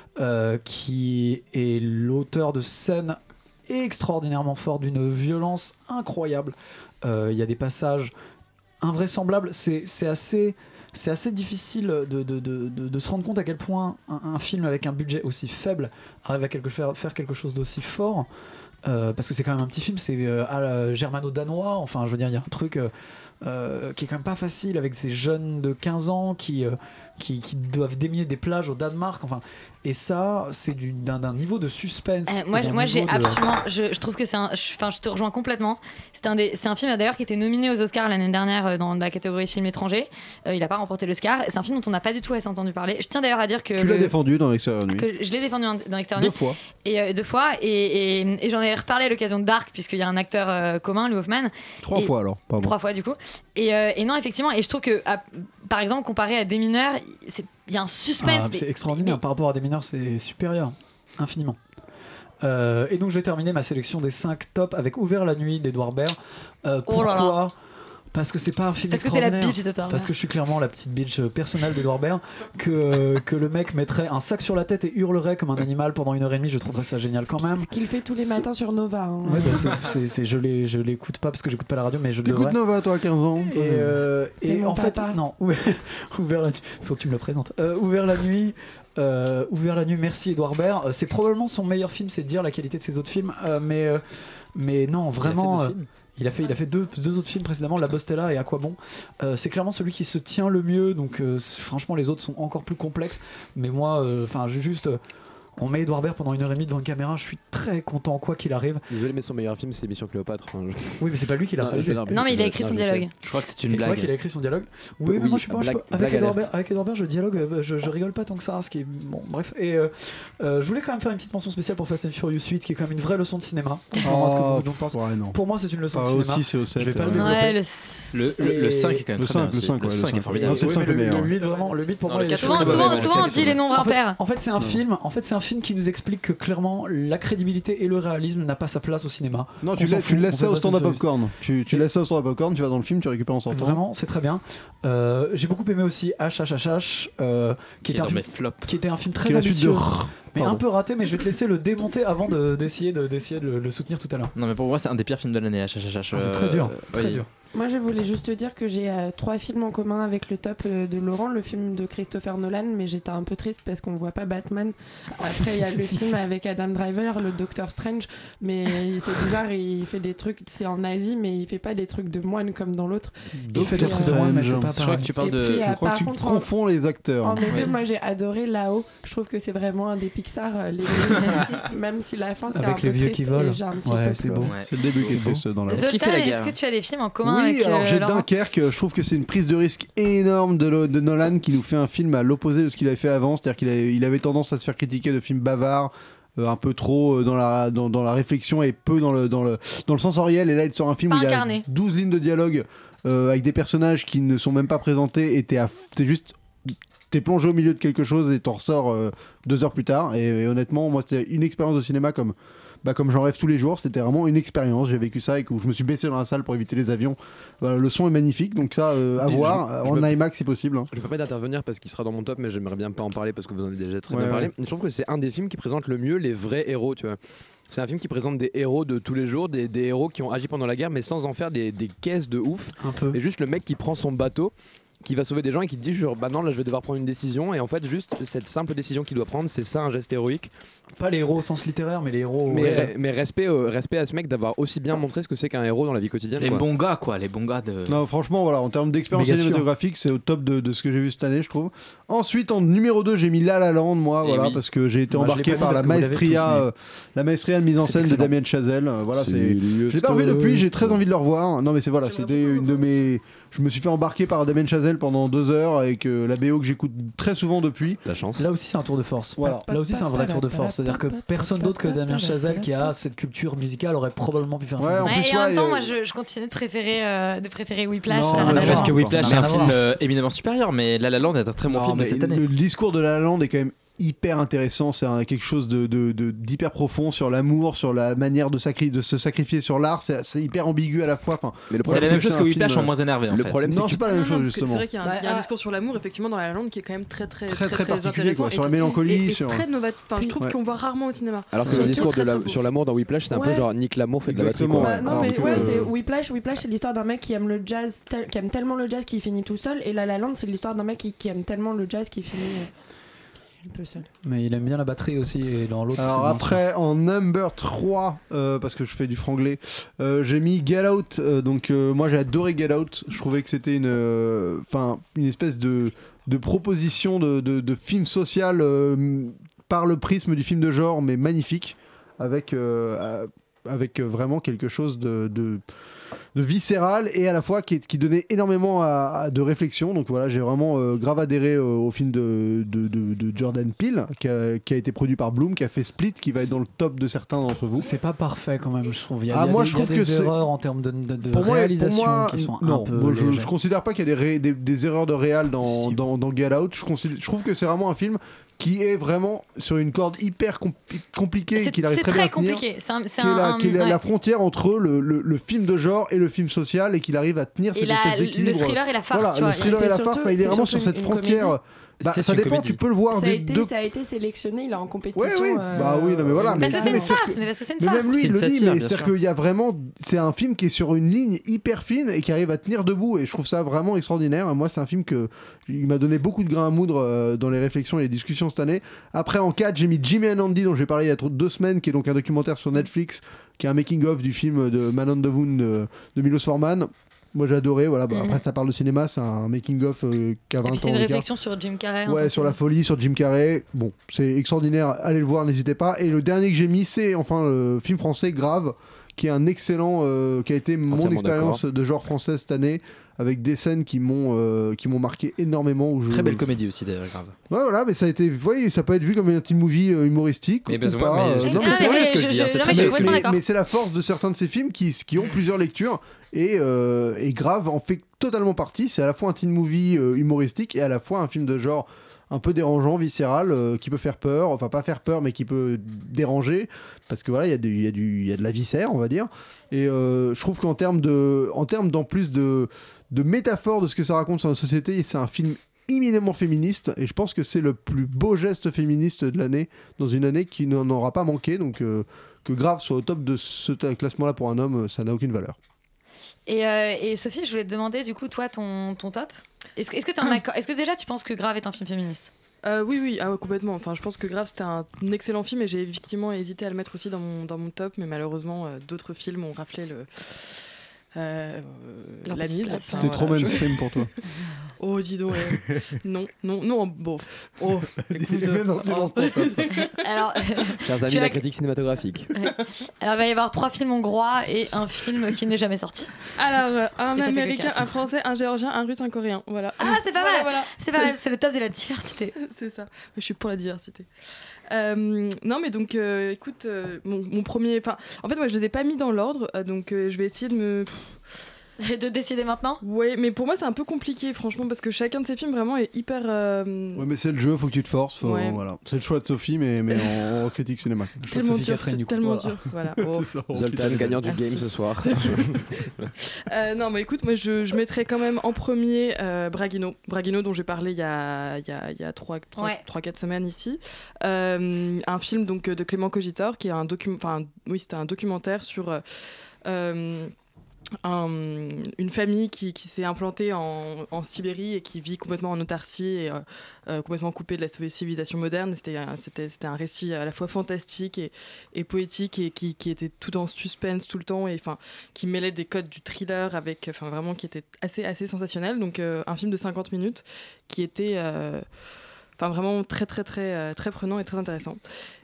qui est l'auteur de scènes extraordinairement fortes, d'une violence incroyable. Il y a des passages invraisemblables. C'est assez difficile de se rendre compte à quel point un film avec un budget aussi faible arrive à faire quelque chose d'aussi fort. Parce que c'est quand même un petit film, c'est germano-danois, enfin je veux dire, il y a un truc qui est quand même pas facile avec ces jeunes de 15 ans qui doivent déminer des plages au Danemark, enfin, et ça c'est d'un niveau de suspense. Moi j'ai absolument, je trouve que je te rejoins complètement. C'est un film d'ailleurs qui était nominé aux Oscars l'année dernière dans la catégorie film étranger. Il n'a pas remporté l'Oscar. C'est un film dont on n'a pas du tout assez entendu parler. Je tiens d'ailleurs à dire que tu l'as défendu dans Extérieur Nuit. Je l'ai défendu dans Extérieur Nuit 2 fois et j'en ai reparlé à l'occasion de Dark, puisqu'il y a un acteur commun, Louis Hoffman. 3 fois alors, pardon. 3 fois du coup. Et non, effectivement, et je trouve que par exemple comparé à Des Mineurs, il y a un suspense. C'est extraordinaire. Par rapport à Des Mineurs, c'est supérieur infiniment. Et donc je vais terminer ma sélection des 5 tops avec Ouvert la nuit d'Edouard Baird. Pourquoi ? Parce que c'est pas un film extraordinaire. Parce que t'es la bitch de toi. Parce que je suis clairement la petite bitch personnelle d'Edouard Baird. Que le mec mettrait un sac sur la tête et hurlerait comme un animal pendant 1h30, je trouverais ça génial quand même. Ce qu'il fait tous les matins sur Nova. Hein. Ouais, je l'écoute pas parce que j'écoute pas la radio, mais je devrais. T'écoutes Nova toi à 15 ans. Et en fait, non. Ouvert la nuit. Faut que tu me le présentes. Ouvert la nuit. Merci Edouard Baird. C'est probablement son meilleur film, c'est de dire la qualité de ses autres films. Mais non, vraiment. Il a fait deux autres films précédemment, La Bostella et À quoi bon. C'est clairement celui qui se tient le mieux, donc franchement les autres sont encore plus complexes. Mais moi, on met Edouard Baird pendant 1h30 devant une caméra, je suis très content quoi qu'il arrive. Désolé, mais son meilleur film c'est Mission Cléopâtre. Oui, mais c'est pas lui qui l'a réalisé. Non, mais il a écrit son dialogue. Je crois que c'est une blague. C'est vrai qu'il a écrit son dialogue. Oui, mais moi je suis pas avec Edouard Baird, je dialogue, je rigole pas tant que ça, ce qui est bon, bref. Et je voulais quand même faire une petite mention spéciale pour Fast and Furious 8 qui est quand même une vraie leçon de cinéma. Pour moi, c'est une leçon de cinéma. Aussi, c'est au 7. Je vais pas le 5 est quand même très bien. Le 5 est formidable. C'est le 8 vraiment, le 8 pour moi. Souvent on dit les noms impairs. En fait, c'est un film qui nous explique que clairement la crédibilité et le réalisme n'a pas sa place au cinéma. Non, tu laisses ça au stand-up popcorn. Tu laisses ça au stand-up popcorn, tu vas dans le film, tu récupères en sortant. Vraiment, c'est très bien. J'ai beaucoup aimé aussi HHHH, qui était un film très ambitieux. Mais un peu raté, mais je vais te laisser le démonter avant d'essayer de le soutenir tout à l'heure. Non, mais pour moi, c'est un des pires films de l'année, HHHH. C'est très dur, très dur. Moi, je voulais juste te dire que j'ai 3 films en commun avec le top de Laurent, le film de Christopher Nolan, mais j'étais un peu triste parce qu'on voit pas Batman. Après, il y a le film avec Adam Driver, le Doctor Strange, mais c'est bizarre, il fait des trucs, c'est en Asie, mais il fait pas des trucs de moine comme dans l'autre. Il fait des trucs de moine, mais c'est pas pareil. Je crois que tu parles de. Je crois que tu confonds les acteurs. En effet, moi j'ai adoré Là-haut. Je trouve que c'est vraiment un des Pixar, même si la fin c'est un peu vieux triste. Qui volent. C'est beau. C'est le début qui est triste dans la. Est-ce que tu as des films en commun avec Oui, alors j'ai Laurent ? Dunkerque, je trouve que c'est une prise de risque énorme de Nolan qui nous fait un film à l'opposé de ce qu'il avait fait avant, c'est-à-dire qu'il avait tendance à se faire critiquer de films bavards, un peu trop dans la réflexion et peu dans le sensoriel, et là il sort un film où il y a 12 lignes de dialogue avec des personnages qui ne sont même pas présentés et t'es plongé au milieu de quelque chose et t'en ressors 2 heures plus tard, et honnêtement moi c'était une expérience de cinéma comme j'en rêve tous les jours. C'était vraiment une expérience, j'ai vécu ça et que je me suis baissé dans la salle pour éviter les avions. Le son est magnifique, donc ça à voir en IMAX c'est possible. Je peux pas d'intervenir parce qu'il sera dans mon top, mais j'aimerais bien pas en parler parce que vous en avez déjà très bien parlé. Je trouve que c'est un des films qui présente le mieux les vrais héros, tu vois. C'est un film qui présente des héros de tous les jours, des héros qui ont agi pendant la guerre, mais sans en faire des caisses de ouf. Un peu. Et juste le mec qui prend son bateau, qui va sauver des gens et qui te dit genre bah non là je vais devoir prendre une décision, et en fait juste cette simple décision qu'il doit prendre, c'est ça un geste héroïque. Pas les héros au sens littéraire, mais les héros mais respect à ce mec d'avoir aussi bien montré ce que c'est qu'un héros dans la vie quotidienne. Les bons gars de... Non franchement voilà, en termes d'expérience cinématographique c'est au top de ce que j'ai vu cette année je trouve. Ensuite en numéro 2 j'ai mis La La Land moi, voilà, parce que j'ai été embarqué par la maestria de mise en scène de Damien Chazelle, voilà, je l'ai pas revu depuis, j'ai très envie de le revoir. Non mais c'était une de mes... Je me suis fait embarquer par Damien Chazelle pendant 2 heures avec la BO que j'écoute très souvent depuis. La chance. Là aussi c'est un tour de force. Voilà. Là aussi c'est un vrai tour de force. C'est-à-dire que personne d'autre que Damien Chazelle qui a cette culture musicale aurait probablement pu faire un film. Et en même temps moi je continue de préférer Whiplash. Parce que Whiplash c'est un film éminemment supérieur, mais La La Land est un très bon film de cette année. Le discours de La La Land est quand même hyper intéressant, c'est quelque chose d'hyper profond sur l'amour, sur la manière de se sacrifier sur l'art, c'est hyper ambigu à la fois. Mais c'est la même chose que Whiplash en moins énervé en fait. Le problème c'est pas la même chose justement. C'est vrai qu'il y a un discours sur l'amour effectivement dans La La Land qui est quand même très particulier, intéressant, sur la mélancolie, et très novateur. Je trouve qu'on voit rarement au cinéma. Alors que le discours sur l'amour dans Whiplash, c'est un peu genre Nick l'amour fait de la batterie. Non mais c'est Whiplash, c'est l'histoire d'un mec qui aime le jazz, qui aime tellement le jazz qu'il finit tout seul, et La La Land c'est l'histoire d'un mec qui aime tellement le jazz qu'il finit tout seul. Mais il aime bien la batterie aussi, et dans l'autre. Alors après, en number 3, parce que je fais du franglais, j'ai mis Get Out. Donc moi j'ai adoré Get Out. Je trouvais que c'était une espèce de proposition de film social par le prisme du film de genre, mais magnifique, avec vraiment quelque chose de viscéral et à la fois qui donnait énormément de réflexion. Donc voilà, j'ai vraiment grave adhéré au film de Jordan Peele qui a été produit par Bloom, qui a fait Split, qui va être dans le top de certains d'entre vous. C'est pas parfait quand même, je trouve. Il y a des erreurs en termes de réalisation qui sont un peu légères. Je considère pas qu'il y a des erreurs de réal dans Get Out. Je trouve que c'est vraiment un film qui est vraiment sur une corde hyper compliquée, qu'il arrive très bien à tenir. C'est la frontière entre le film de genre et le film social, et qu'il arrive à tenir cette espèce d'équilibre. Le thriller et la farce, voilà, tu vois. Le thriller et la farce, il est vraiment sur cette frontière. Ça dépend, tu peux le voir. Ça a été sélectionné, il est en compétition. Oui. Non, mais voilà. Parce que c'est une farce, mais parce que c'est une farce. Même lui, il le dit, mais c'est-à-dire qu'il y a vraiment. C'est un film qui est sur une ligne hyper fine et qui arrive à tenir debout, et je trouve ça vraiment extraordinaire. Moi, c'est un film il m'a donné beaucoup de grains à moudre dans les réflexions et les discussions cette année. Après, en 4, j'ai mis Jimmy and Andy, dont j'ai parlé il y a 2 semaines, qui est donc un documentaire sur Netflix, qui est un making-of du film de Man on the Moon de Milos Forman. Moi j'ai adoré, voilà. Après ça parle de cinéma, c'est un making-of qui a 20 ans. Et puis c'est une réflexion sur Jim Carrey. Ouais, sur la folie, sur Jim Carrey. Bon, c'est extraordinaire, allez le voir, n'hésitez pas. Et le dernier que j'ai mis, c'est le film français Grave, qui est un excellent, qui a été mon expérience de genre français cette année, avec des scènes qui m'ont marqué énormément. Très belle comédie aussi d'ailleurs, Grave. Ouais, voilà, mais ça peut être vu comme un teen movie humoristique. Mais ou pas. c'est vrai ce que je dis, c'est très bien. Mais c'est la force de certains de ces films qui ont plusieurs lectures. Et Grave en fait totalement partie. C'est à la fois un teen movie humoristique et à la fois un film de genre un peu dérangeant, viscéral, qui peut faire peur, enfin pas faire peur, mais qui peut déranger, parce que voilà, il y a de la viscère, on va dire. Et je trouve qu'en termes d'en plus de métaphore de ce que ça raconte sur la société, c'est un film éminemment féministe, et je pense que c'est le plus beau geste féministe de l'année, dans une année qui n'en aura pas manqué. Donc que Grave soit au top de ce classement-là pour un homme, ça n'a aucune valeur. Et Sophie, je voulais te demander du coup, toi, ton top. Est-ce que t'es en accord ? Est-ce que déjà tu penses que Grave est un film féministe ? Oui, complètement. Enfin, je pense que Grave c'était un excellent film, et j'ai effectivement hésité à le mettre aussi dans mon top, mais malheureusement d'autres films ont raflé la mise. C'était trop mainstream pour toi. Oh, dis donc. Non, bon. Oh, écoute. Alors, chers amis de la critique cinématographique. Alors, il va y avoir 3 films hongrois et un film qui n'est jamais sorti. Alors, un américain, un français, un géorgien, un russe, un coréen. Voilà. Ah, c'est pas mal. Voilà. C'est pas mal. C'est le top de la diversité. C'est ça. Je suis pour la diversité. Non, mais donc, écoute, mon premier. En fait, moi, je les ai pas mis dans l'ordre, donc je vais essayer de décider maintenant. Ouais, mais pour moi c'est un peu compliqué franchement, parce que chacun de ces films vraiment est hyper Ouais, mais c'est le jeu, faut que tu te forces, voilà. C'est le choix de Sophie, mais en critique cinéma. Le choix de Sophie Catherine, du coup. Tellement dur, voilà. Zoltan, gagnant du game ce soir. Non, mais écoute, moi je mettrais quand même en premier Braguino dont j'ai parlé il y a 3-4 semaines ici. Un film donc de Clément Cogitor, qui est c'était un documentaire sur une famille qui s'est implantée en Sibérie et qui vit complètement en autarcie et complètement coupée de la civilisation moderne. C'était un récit à la fois fantastique et poétique, et qui était tout en suspense tout le temps, et qui mêlait des codes du thriller avec, vraiment qui était assez sensationnel. Donc un film de 50 minutes qui était vraiment très très très très prenant et très intéressant.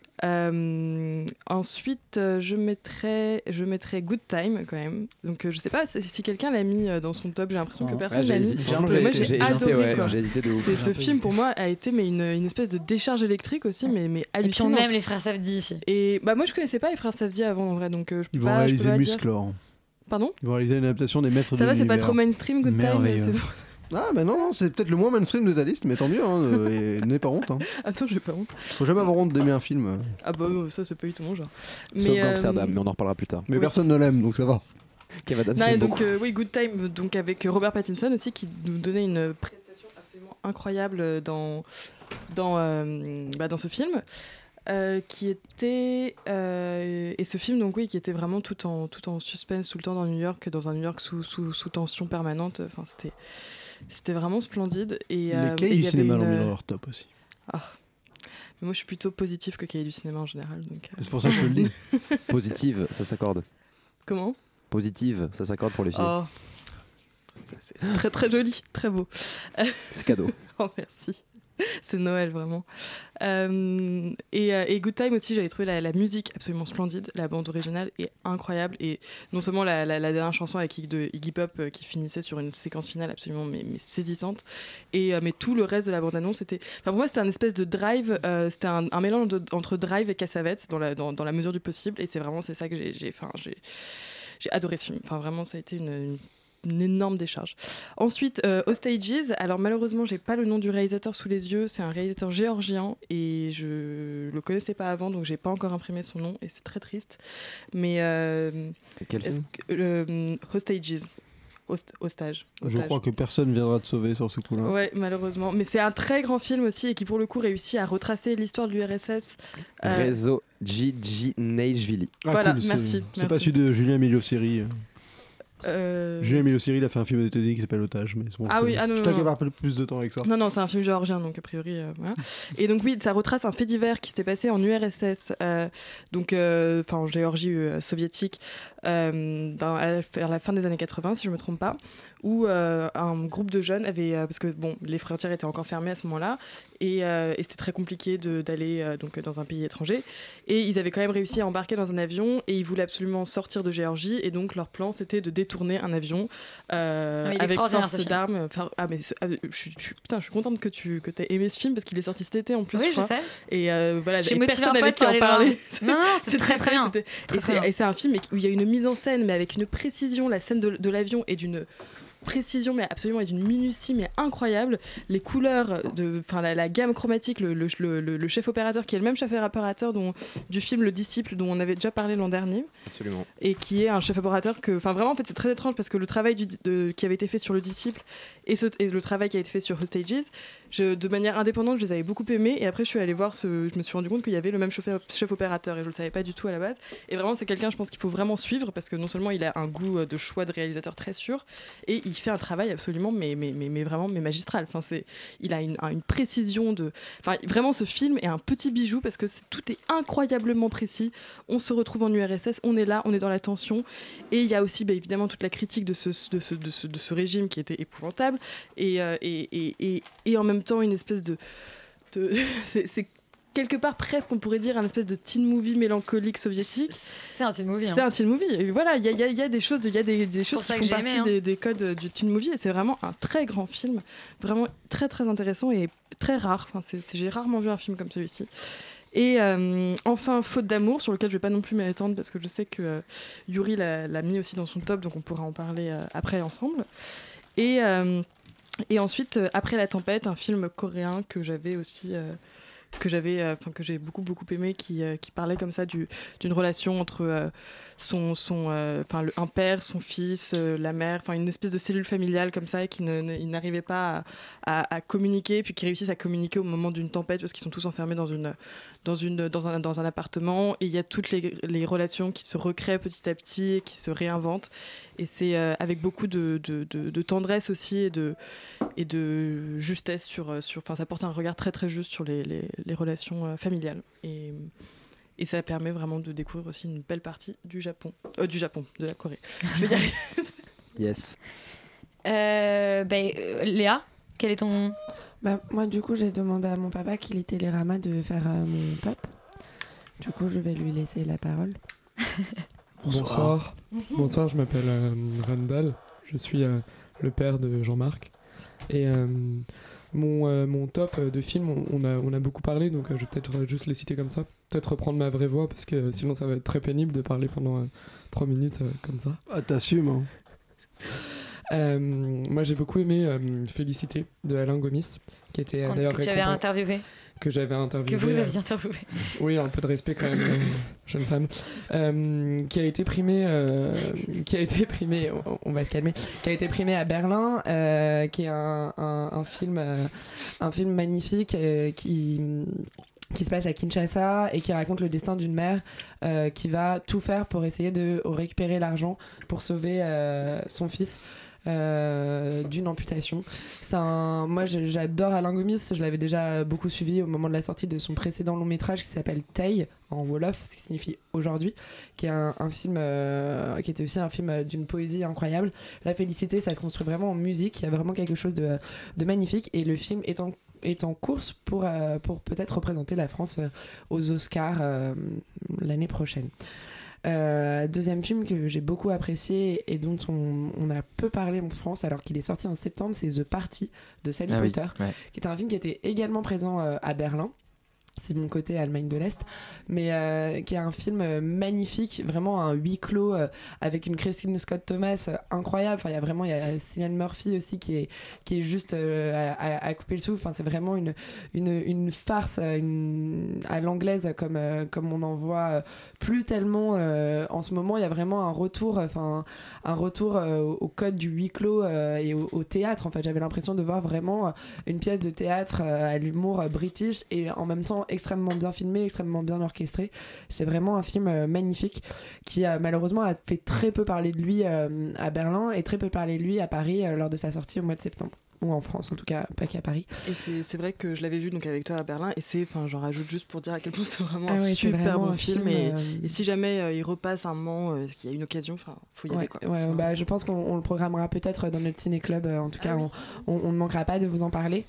Ensuite je mettrais Good Time quand même, donc je sais pas si quelqu'un l'a mis dans son top. J'ai l'impression que personne l'a mis. Moi j'ai adoré, j'ai hésité de ouf. Ce film pour moi a été une espèce de décharge électrique aussi, mais hallucinante. Et puis on aime les frères Safdie ici. Et moi je connaissais pas les frères Safdie avant en vrai, donc je peux ils vont réaliser Muscle. Pardon, ils vont réaliser une adaptation des Maîtres de l'univers. Ça va, c'est pas trop mainstream Good Time, mais c'est bon. Ah, mais non, c'est peut-être le moins mainstream de ta liste, mais tant mieux, hein, et n'aie pas honte. Hein. Attends, j'ai pas honte. Faut jamais avoir honte d'aimer un film. Ah bah ça c'est pas du tout mon genre. Sauf dans Amsterdam, mais on en reparlera plus tard. Mais personne ne l'aime, donc ça va. Kev Adams, Non, donc oui, Good Time, donc avec Robert Pattinson aussi, qui nous donnait une prestation absolument incroyable dans ce film. Qui était et ce film donc oui qui était vraiment tout en suspense tout le temps dans New York, dans un New York sous tension permanente. Enfin c'était vraiment splendide. Et les cahiers du cinéma l'ont mis dans leur top aussi. Mais moi je suis plutôt positive que cahiers du cinéma en général, donc c'est pour ça que je le dis. Positive, ça s'accorde. Comment? Positive, ça s'accorde pour les filles. Oh. C'est très très joli, très beau. C'est cadeau. Oh merci. C'est Noël vraiment. Et Good Time aussi, j'avais trouvé la musique absolument splendide. La bande originale est incroyable, et non seulement la dernière chanson avec Iggy Pop qui finissait sur une séquence finale absolument mais saisissante, mais tout le reste de la bande annonce c'était, pour moi c'était un espèce de Drive, c'était un mélange entre Drive et Cassavetes dans la mesure du possible, et c'est ça que j'ai adoré ce film. Enfin vraiment ça a été une énorme décharge. Ensuite, Hostages. Alors malheureusement, j'ai pas le nom du réalisateur sous les yeux. C'est un réalisateur géorgien et je le connaissais pas avant, donc j'ai pas encore imprimé son nom et c'est très triste. Mais quel film? Hostages. Hostage. Je crois que personne viendra te sauver sur ce coup-là. Ouais, malheureusement. Mais c'est un très grand film aussi et qui pour le coup réussit à retracer l'histoire de l'URSS. Réseau Gigi Neijvili. Voilà, cool, merci. C'est pas celui de Julien Miloseri. Julien Miloseri, il a fait un film de Teddy qui s'appelle Otage, mais bon, je t'inquiète pas plus de temps avec ça. Non, c'est un film géorgien, donc a priori, voilà. Et donc oui, ça retrace un fait divers qui s'était passé en URSS, en Géorgie soviétique, vers la fin des années 80, si je me trompe pas, où un groupe de jeunes avait, parce que bon, les frontières étaient encore fermées à ce moment-là, et c'était très compliqué d'aller donc dans un pays étranger, et ils avaient quand même réussi à embarquer dans un avion, et ils voulaient absolument sortir de Géorgie, et donc leur plan c'était de détourner un avion avec force d'armes. Je suis contente que tu aies aimé ce film parce qu'il est sorti cet été en plus. Oui, je sais. Et voilà, j'ai motivé personne avec qui en parler. Non, c'est très bien. Et c'est un film où il y a une mise en scène, mais avec une précision. La scène de l'avion est d'une précision mais absolument, et d'une minutie mais incroyable. Les couleurs, la gamme chromatique, le chef opérateur qui est le même chef opérateur du film Le Disciple dont on avait déjà parlé l'an dernier. Absolument. Et qui est un chef opérateur que, vraiment en fait c'est très étrange parce que le travail qui avait été fait sur Le Disciple et le travail qui a été fait sur Hostages, de manière indépendante je les avais beaucoup aimés, et après je suis allée voir je me suis rendu compte qu'il y avait le même chef opérateur et je le savais pas du tout à la base, et vraiment c'est quelqu'un je pense qu'il faut vraiment suivre parce que non seulement il a un goût de choix de réalisateur très sûr, et il fait un travail absolument mais vraiment magistral. Il a une précision vraiment ce film est un petit bijou parce que tout est incroyablement précis. On se retrouve en URSS, on est là, on est dans la tension, et il y a aussi évidemment toute la critique de ce régime qui était épouvantable, et en même temps une espèce de c'est quelque part presque on pourrait dire un espèce de teen movie mélancolique soviétique. C'est un teen movie. C'est un teen movie. Et voilà, il y a des choses qui font partie des codes du teen movie, et c'est vraiment un très grand film, vraiment très très intéressant et très rare. J'ai rarement vu un film comme celui-ci. Et enfin Faute d'amour, sur lequel je vais pas non plus m'étendre parce que je sais que Yuri l'a mis aussi dans son top, donc on pourra en parler après ensemble. Et ensuite Après la tempête, un film coréen que j'avais aussi que j'ai beaucoup aimé, qui parlait comme ça d'une relation entre un père, son fils, la mère, une espèce de cellule familiale comme ça, et qui n'arrivait pas à communiquer, puis qui réussissent à communiquer au moment d'une tempête parce qu'ils sont tous enfermés dans un appartement, et il y a toutes les relations qui se recréent petit à petit et qui se réinventent, et c'est avec beaucoup de tendresse aussi et de justesse ça porte un regard très très juste sur les relations familiales, et ça permet vraiment de découvrir aussi une belle partie de la Corée. Je vais y arriver. Yes. Léa, quel est ton... Moi du coup j'ai demandé à mon papa qui lit Télérama de faire mon top. Du coup je vais lui laisser la parole. Bonsoir, je m'appelle Randall, je suis le père de Jean-Marc, et mon top de film, on a beaucoup parlé, donc je vais peut-être juste les citer comme ça, peut-être reprendre ma vraie voix parce que sinon ça va être très pénible de parler pendant 3 minutes comme ça. Ah, t'assumes, hein. Moi, j'ai beaucoup aimé Félicité de Alain Gomis, qui était d'ailleurs que tu avais interviewé. Que j'avais interviewé. Que vous aviez interviewé. Oui, un peu de respect quand même, jeune femme. Qui a été primé, on va se calmer, qui a été primé à Berlin, qui est un film magnifique qui se passe à Kinshasa et qui raconte le destin d'une mère qui va tout faire pour essayer de récupérer l'argent pour sauver son fils d'une amputation. Moi j'adore Alain Gomis, je l'avais déjà beaucoup suivi au moment de la sortie de son précédent long métrage qui s'appelle Tay en Wolof, ce qui signifie aujourd'hui, qui est un film qui était aussi un film d'une poésie incroyable. La Félicité, ça se construit vraiment en musique, il y a vraiment quelque chose de magnifique et le film est en course pour peut-être représenter la France aux Oscars l'année prochaine. Deuxième film que j'ai beaucoup apprécié et dont on a peu parlé en France alors qu'il est sorti en septembre, c'est The Party de Sally Potter, qui est un film qui était également présent à Berlin. C'est mon côté Allemagne de l'Est, mais qui est un film magnifique, vraiment un huis clos avec une Kristen Scott Thomas incroyable. Enfin, il y a Cillian Murphy aussi qui est juste à couper le souffle. Enfin, c'est vraiment une farce à l'anglaise comme on en voit plus tellement en ce moment. Il y a vraiment un retour au code du huis clos et au théâtre. En fait, j'avais l'impression de voir vraiment une pièce de théâtre à l'humour british et en même temps extrêmement bien filmé, extrêmement bien orchestré. C'est vraiment un film magnifique qui malheureusement a fait très peu parler de lui à Berlin et très peu parler de lui à Paris lors de sa sortie au mois de septembre. Ou en France en tout cas, pas qu'à Paris. Et c'est vrai que je l'avais vu donc avec toi à Berlin et j'en rajoute juste pour dire à quel point c'était vraiment un ouais, super bon un film et si jamais il repasse un moment, qu'il y a une occasion, faut y aller quoi. Ouais, je pense qu'on le programmera peut-être dans notre ciné-club, en tout cas on ne manquera pas de vous en parler.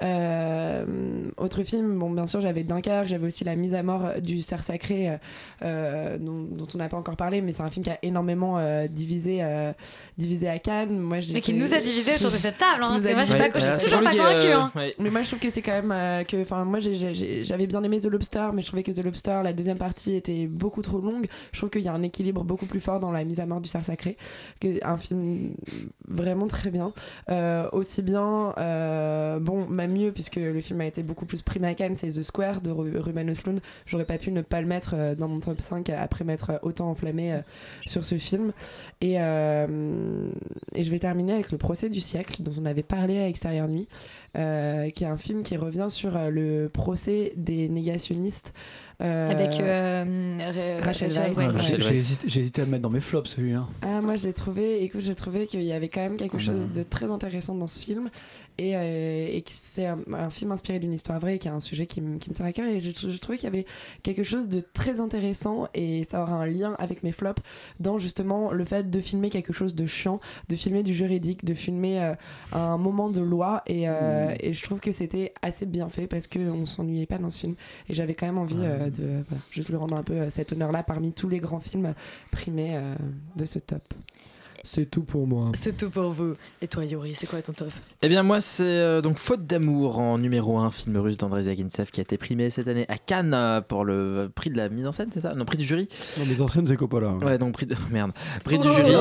Autre film, bon bien sûr j'avais Dunkerque, j'avais aussi La mise à mort du cerf sacré dont on n'a pas encore parlé, mais c'est un film qui a énormément divisé à Cannes. Mais qui nous a divisé autour de cette table, hein, moi je suis toujours pas convaincue. Mais moi je trouve que c'est quand même moi j'avais bien aimé The Lobster, mais je trouvais que The Lobster, la deuxième partie était beaucoup trop longue. Je trouve qu'il y a un équilibre beaucoup plus fort dans La mise à mort du cerf sacré, un film vraiment très bien, aussi bien même mieux puisque le film a été beaucoup plus primé à Cannes, c'est The Square de Ruben Östlund. J'aurais pas pu ne pas le mettre dans mon top 5 après m'être autant enflammée sur ce film et je vais terminer avec Le procès du siècle dont on avait parlé à Extérieur Nuit, qui est un film qui revient sur le procès des négationnistes avec Rachel Weisz. J'ai hésité à le mettre dans mes flops celui-là. Moi j'ai trouvé qu'il y avait quand même quelque chose de très intéressant dans ce film et que c'est un film inspiré d'une histoire vraie et qui a un sujet qui me tient à cœur et je trouvais qu'il y avait quelque chose de très intéressant et ça aura un lien avec mes flops dans justement le fait de filmer quelque chose de chiant, de filmer du juridique, de filmer un moment de loi et je trouve que c'était assez bien fait parce qu'on s'ennuyait pas dans ce film et j'avais quand même envie de juste lui rendre un peu cet honneur-là parmi tous les grands films primés de ce top. C'est tout pour moi. C'est tout pour vous. Et toi, Yuri, c'est quoi ton top ? Eh bien, moi, c'est donc Faute d'amour en numéro 1, film russe d'Andrei Zagintsev qui a été primé cette année à Cannes pour le prix de la mise en scène, c'est ça ? Non, prix du jury. Non, mise en scène, c'est Coppola. Ouais, donc prix du jury.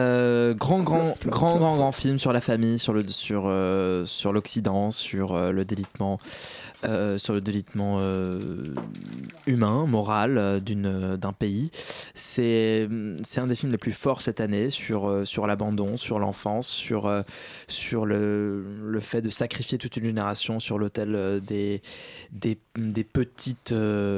Grand film sur la famille, sur l'Occident, sur le délitement. Humain, moral d'un pays. C'est un des films les plus forts cette année sur l'abandon, sur l'enfance, sur le fait de sacrifier toute une génération sur l'autel des petites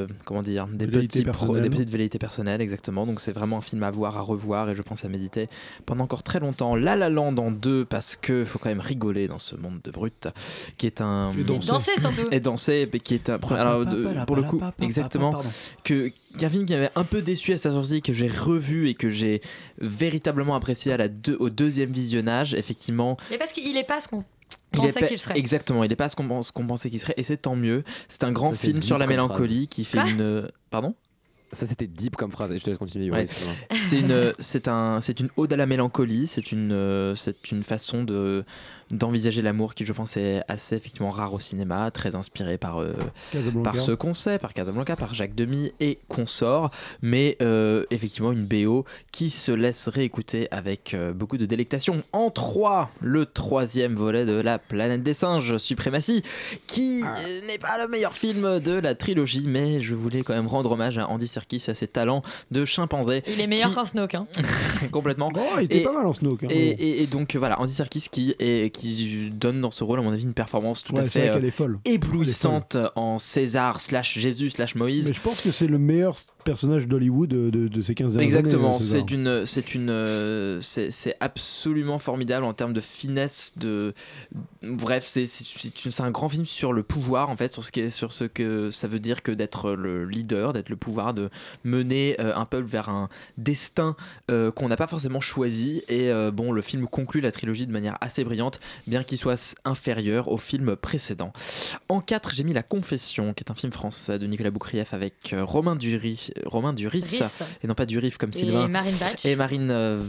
velléités personnelles, exactement. Donc c'est vraiment un film à voir, à revoir et je pense à méditer pendant encore très longtemps. La La Land en 2 parce que faut quand même rigoler dans ce monde de brut qui est un danser surtout et danser qui est un pour le coup exactement qu'un film qui m'avait un peu déçu à sa sortie, que j'ai revu et que j'ai véritablement apprécié au deuxième visionnage, effectivement. Mais parce qu'il est pas ce qu'on pensait qu'il serait. Exactement, il n'est pas ce qu'on pensait qu'il serait et c'est tant mieux. C'est un grand film sur la mélancolie qui fait une... Pardon ? Ça c'était deep comme phrase et je te laisse continuer. Ouais. C'est une ode à la mélancolie, c'est une façon d'envisager l'amour qui je pense est assez effectivement rare au cinéma, très inspiré par ce qu'on sait, par Casablanca, par Jacques Demy et consorts, mais effectivement une BO qui se laisse réécouter avec beaucoup de délectation. En 3, le 3e volet de La Planète des Singes, Suprématie, qui n'est pas le meilleur film de la trilogie, mais je voulais quand même rendre hommage à Andy Serkis et à ses talents de chimpanzé. Il est meilleur qu'en Snoke, hein. Complètement. Il était pas mal en Snoke. Hein, et donc voilà, Andy Serkis qui donne dans ce rôle à mon avis une performance tout à fait éblouissante en César / Jésus / Moïse. Mais je pense que c'est le meilleur personnage d'Hollywood de ces 15 dernières Exactement, années. c'est absolument formidable en termes de finesse, bref, c'est un grand film sur le pouvoir en fait, sur ce que ça veut dire que d'être le leader, d'être le pouvoir, de mener un peuple vers un destin qu'on n'a pas forcément choisi. Et bon, le film conclut la trilogie de manière assez brillante, bien qu'il soit inférieur au film précédent. En 4, j'ai mis La Confession, qui est un film français de Nicolas Boukrieff avec Romain Duris et non pas Durif comme Sylvain, et Marine Bach et Marine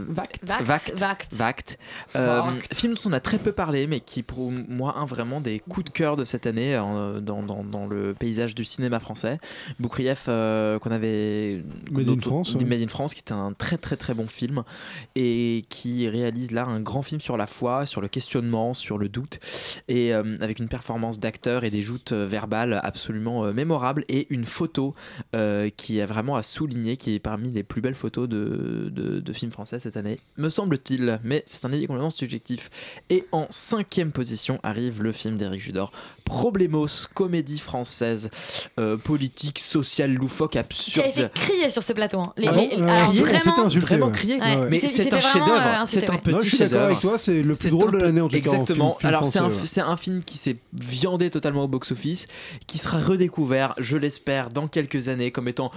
Vact. Film dont on a très peu parlé, mais qui pour moi un vraiment des coups de cœur de cette année dans le paysage du cinéma français. Boukrieff qu'on avait Made in France, qui est un très très très bon film et qui réalise là un grand film sur la foi, sur le questionnement, sur le doute, et avec une performance d'acteur et des joutes verbales absolument mémorables, et une photo qui est vraiment à souligner, qui est parmi les plus belles photos de films français cette année, me semble-t-il, mais c'est un avis complètement subjectif. Et en 5e position arrive le film d'Éric Judor, Problemos, comédie française politique, sociale, loufoque, absurde. Qui a fait crier sur ce plateau. Hein. Vraiment crié. Ouais. Mais c'est un chef-d'œuvre. C'est un petit chef-d'œuvre. Je suis d'accord avec toi, c'est le plus drôle de l'année en tout cas. Exactement. Alors français, c'est un film qui s'est viandé totalement au box-office, qui sera redécouvert, je l'espère, dans quelques années comme étant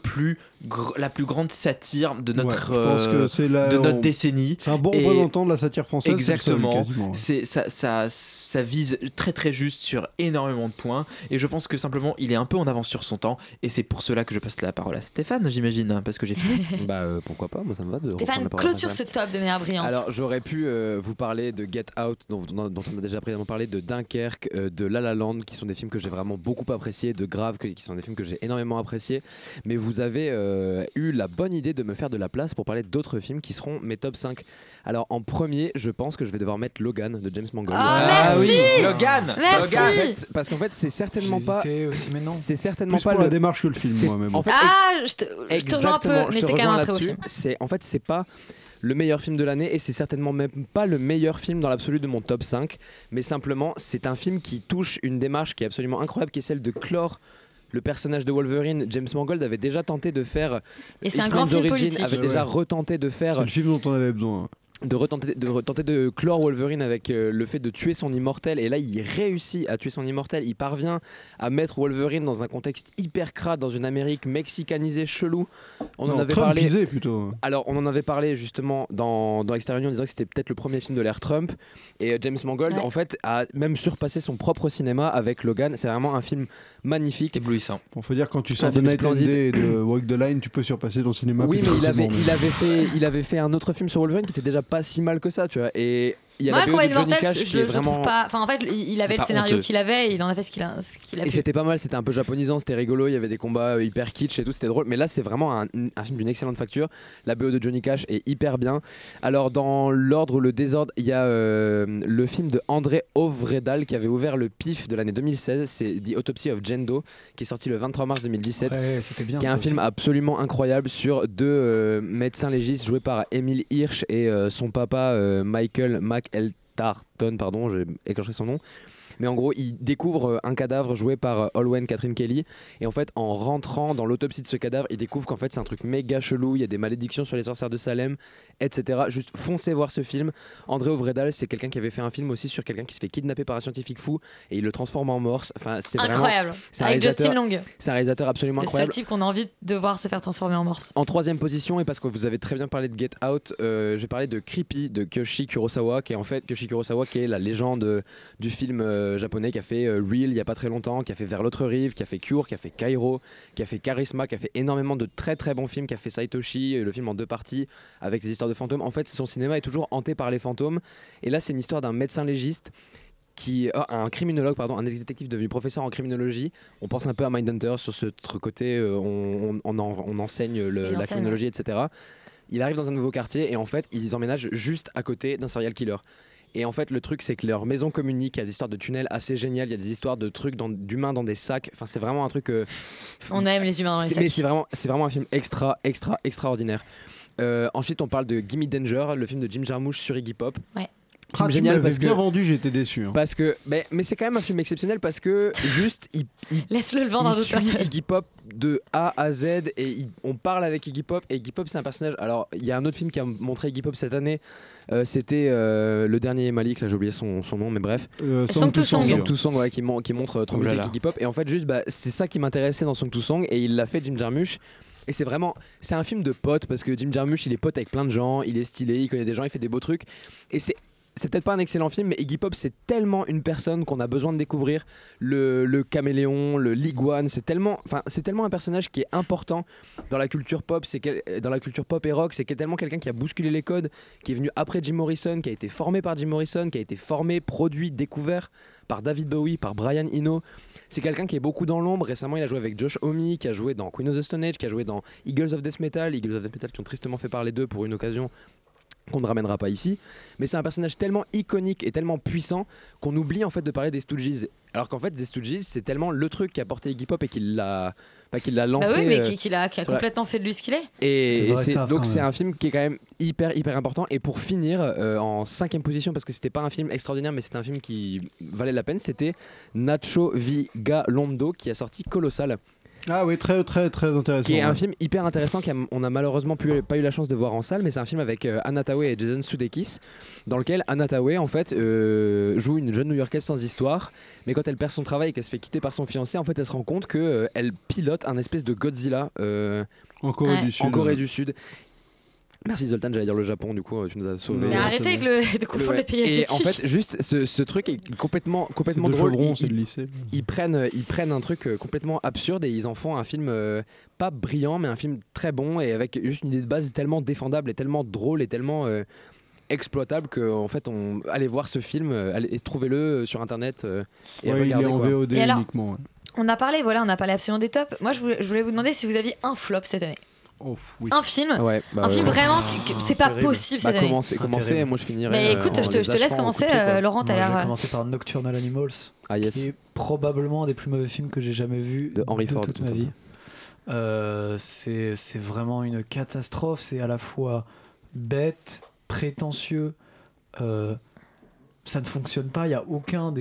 la plus grande satire de notre décennie. C'est un bon représentant de la satire française. Exactement. C'est ça vise très très juste sur énormément de points, et je pense que simplement il est un peu en avance sur son temps, et c'est pour cela que je passe la parole à Stéphane, j'imagine, parce que j'ai fini. Pourquoi pas, moi ça me va de Stéphane, clôture ce top de manière brillante. Alors j'aurais pu vous parler de Get Out, dont on a déjà précédemment parlé, de Dunkerque, de La La Land, qui sont des films que j'ai vraiment beaucoup appréciés, de Grave, qui sont des films que j'ai énormément appréciés, mais vous avez eu la bonne idée de me faire de la place pour parler d'autres films qui seront mes top 5. Alors en premier, je pense que je vais devoir mettre Logan de James Mangold. Merci. Logan. Merci. En fait, parce qu'en fait c'est certainement pas aussi, mais non. c'est certainement plus pas pour la démarche que le film, moi même. En fait, je te rejoins un peu, mais c'est quand même un très beau film. C'est pas le meilleur film de l'année, et c'est certainement même pas le meilleur film dans l'absolu de mon top 5, mais simplement c'est un film qui touche une démarche qui est absolument incroyable, qui est celle de clore le personnage de Wolverine. James Mangold avait déjà tenté de faire, et c'est un grand film politique, avait déjà retenté de faire, c'est le film dont on avait besoin, de retenter de clore Wolverine avec le fait de tuer son immortel, et là il réussit à tuer son immortel. Il parvient à mettre Wolverine dans un contexte hyper crade, dans une Amérique mexicanisée chelou. On en avait parlé plutôt. Alors on en avait parlé justement dans Extérieur en disant que c'était peut-être le premier film de l'ère Trump, et James Mangold en fait a même surpassé son propre cinéma avec Logan. C'est vraiment un film magnifique, éblouissant. Bon, faut dire, quand tu sors de Night and Day et de Walk the Line, tu peux surpasser ton cinéma. Oui, mais il avait fait un autre film sur Wolverine qui était déjà pas si mal que ça, tu vois. Et il y a la BO de Johnny Cash qui est vraiment... trouve pas... Enfin, en fait, il avait le scénario qu'il avait, et il en a fait ce qu'il a et c'était pas mal, c'était un peu japonisant, c'était rigolo, il y avait des combats hyper kitsch et tout, c'était drôle. Mais là, c'est vraiment un film d'une excellente facture. La BO de Johnny Cash est hyper bien. Alors, dans l'ordre ou le désordre, il y a le film de André Ovredal qui avait ouvert le PIF de l'année 2016, c'est The Autopsy of Jendo, qui est sorti le 23 mars 2017. Ouais, c'était bien, qui est un film absolument incroyable sur deux médecins légistes joués par Emile Hirsch et son papa Michael McEltarton, pardon, j'ai écorché son nom. Mais en gros, il découvre un cadavre joué par Olwen Catherine Kelly. Et en fait, en rentrant dans l'autopsie de ce cadavre, il découvre qu'en fait, c'est un truc méga chelou. Il y a des malédictions sur les sorcières de Salem, etc. Juste foncez voir ce film. André Ovredal, c'est quelqu'un qui avait fait un film aussi sur quelqu'un qui se fait kidnapper par un scientifique fou et il le transforme en morse. Enfin, c'est incroyable. Vraiment, c'est avec Justin Long. C'est un réalisateur absolument incroyable. Le seul type qu'on a envie de voir se faire transformer en morse. En 3e position, et parce que vous avez très bien parlé de Get Out, je vais parler de Creepy de Kyoshi Kurosawa, qui est la légende du film japonais qui a fait Real il y a pas très longtemps, qui a fait Vers l'autre rive, qui a fait Cure, qui a fait Kairo, qui a fait Charisma, qui a fait énormément de très très bons films, qui a fait Saitoshi, le film en 2 parties avec les histoires de fantômes. En fait, son cinéma est toujours hanté par les fantômes. Et là, c'est une histoire d'un médecin légiste un criminologue, un détective devenu professeur en criminologie. On pense un peu à Mindhunter sur ce côté, on enseigne la criminologie, etc. Il arrive dans un nouveau quartier et en fait, ils emménagent juste à côté d'un serial killer. Et en fait, le truc, c'est que leur maison communique. Il y a des histoires de tunnels assez géniales. Il y a des histoires de trucs d'humains dans des sacs. Enfin, c'est vraiment un truc. On aime les humains dans les sacs. Mais c'est vraiment un film extraordinaire. Ensuite, on parle de Gimme Danger, le film de Jim Jarmusch sur Iggy Pop. Ouais. Génial parce que bien vendu, j'étais déçu. Parce que, mais c'est quand même un film exceptionnel parce que juste laisse-le le vendre à d'autres personnes. Iggy Pop de A à Z et on parle avec Iggy Pop et Iggy Pop c'est un personnage. Alors il y a un autre film qui a montré Iggy Pop cette année, c'était le dernier Malik, là j'ai oublié son nom, mais bref. Song to Song, ouais, qui montre trop bien Iggy Pop et en fait juste c'est ça qui m'intéressait dans Song to Song et il l'a fait Jim Jarmusch. Et c'est un film de potes parce que Jim Jarmusch il est pote avec plein de gens, il est stylé, il connaît des gens, il fait des beaux trucs et c'est peut-être pas un excellent film, mais Iggy Pop c'est tellement une personne qu'on a besoin de découvrir. Le caméléon, le l'iguane, c'est tellement un personnage qui est important dans la culture pop, dans la culture pop et rock. C'est tellement quelqu'un qui a bousculé les codes, qui est venu après Jim Morrison, qui a été formé par Jim Morrison, qui a été formé, produit, découvert par David Bowie, par Brian Eno. C'est quelqu'un qui est beaucoup dans l'ombre. Récemment, il a joué avec Josh Homme, qui a joué dans Queen of the Stone Age, qui a joué dans Eagles of Death Metal qui ont tristement fait parler d'eux pour une occasion qu'on ne ramènera pas ici, mais c'est un personnage tellement iconique et tellement puissant qu'on oublie en fait de parler des Stooges, alors qu'en fait des Stooges c'est tellement le truc qui a porté Iggy Pop et qui l'a lancé. Bah oui, mais qui a complètement fait de lui ce qu'il est. Et c'est un film qui est quand même hyper important. Et pour finir en 5e position, parce que c'était pas un film extraordinaire, mais c'était un film qui valait la peine, c'était Nacho Vigalondo qui a sorti Colossal. Ah oui, très intéressant. Qui est un film hyper intéressant qu'on a malheureusement pas eu la chance de voir en salle, mais c'est un film avec Anna Thaoué et Jason Sudeikis, dans lequel Anna Thaoué en fait joue une jeune New-Yorkaise sans histoire, mais quand elle perd son travail et qu'elle se fait quitter par son fiancé, en fait elle se rend compte que elle pilote un espèce de Godzilla en Corée du Sud. Merci Zoltan, j'allais dire le Japon, du coup tu nous as sauvé. Mais arrêtez de confondre les pays asiatiques. Et en fait, juste ce truc est complètement drôle. C'est le lycée. Ils prennent un truc complètement absurde et ils en font un film pas brillant, mais un film très bon et avec juste une idée de base tellement défendable et tellement drôle et tellement exploitable que en fait allez voir ce film, trouvez-le sur internet et regardez. Il est en VOD uniquement. On a parlé absolument des tops. Moi je voulais vous demander si vous aviez un flop cette année. Oh, oui. Un film, film vraiment, c'est pas possible cette année. Commencer, moi je finirai. Mais écoute, je te laisse commencer, Laurent. Je vais commencer par Nocturnal Animals, qui est probablement un des plus mauvais films que j'ai jamais vu de toute ma vie. C'est vraiment une catastrophe. C'est à la fois bête, prétentieux. Ça ne fonctionne pas. Il n'y a aucune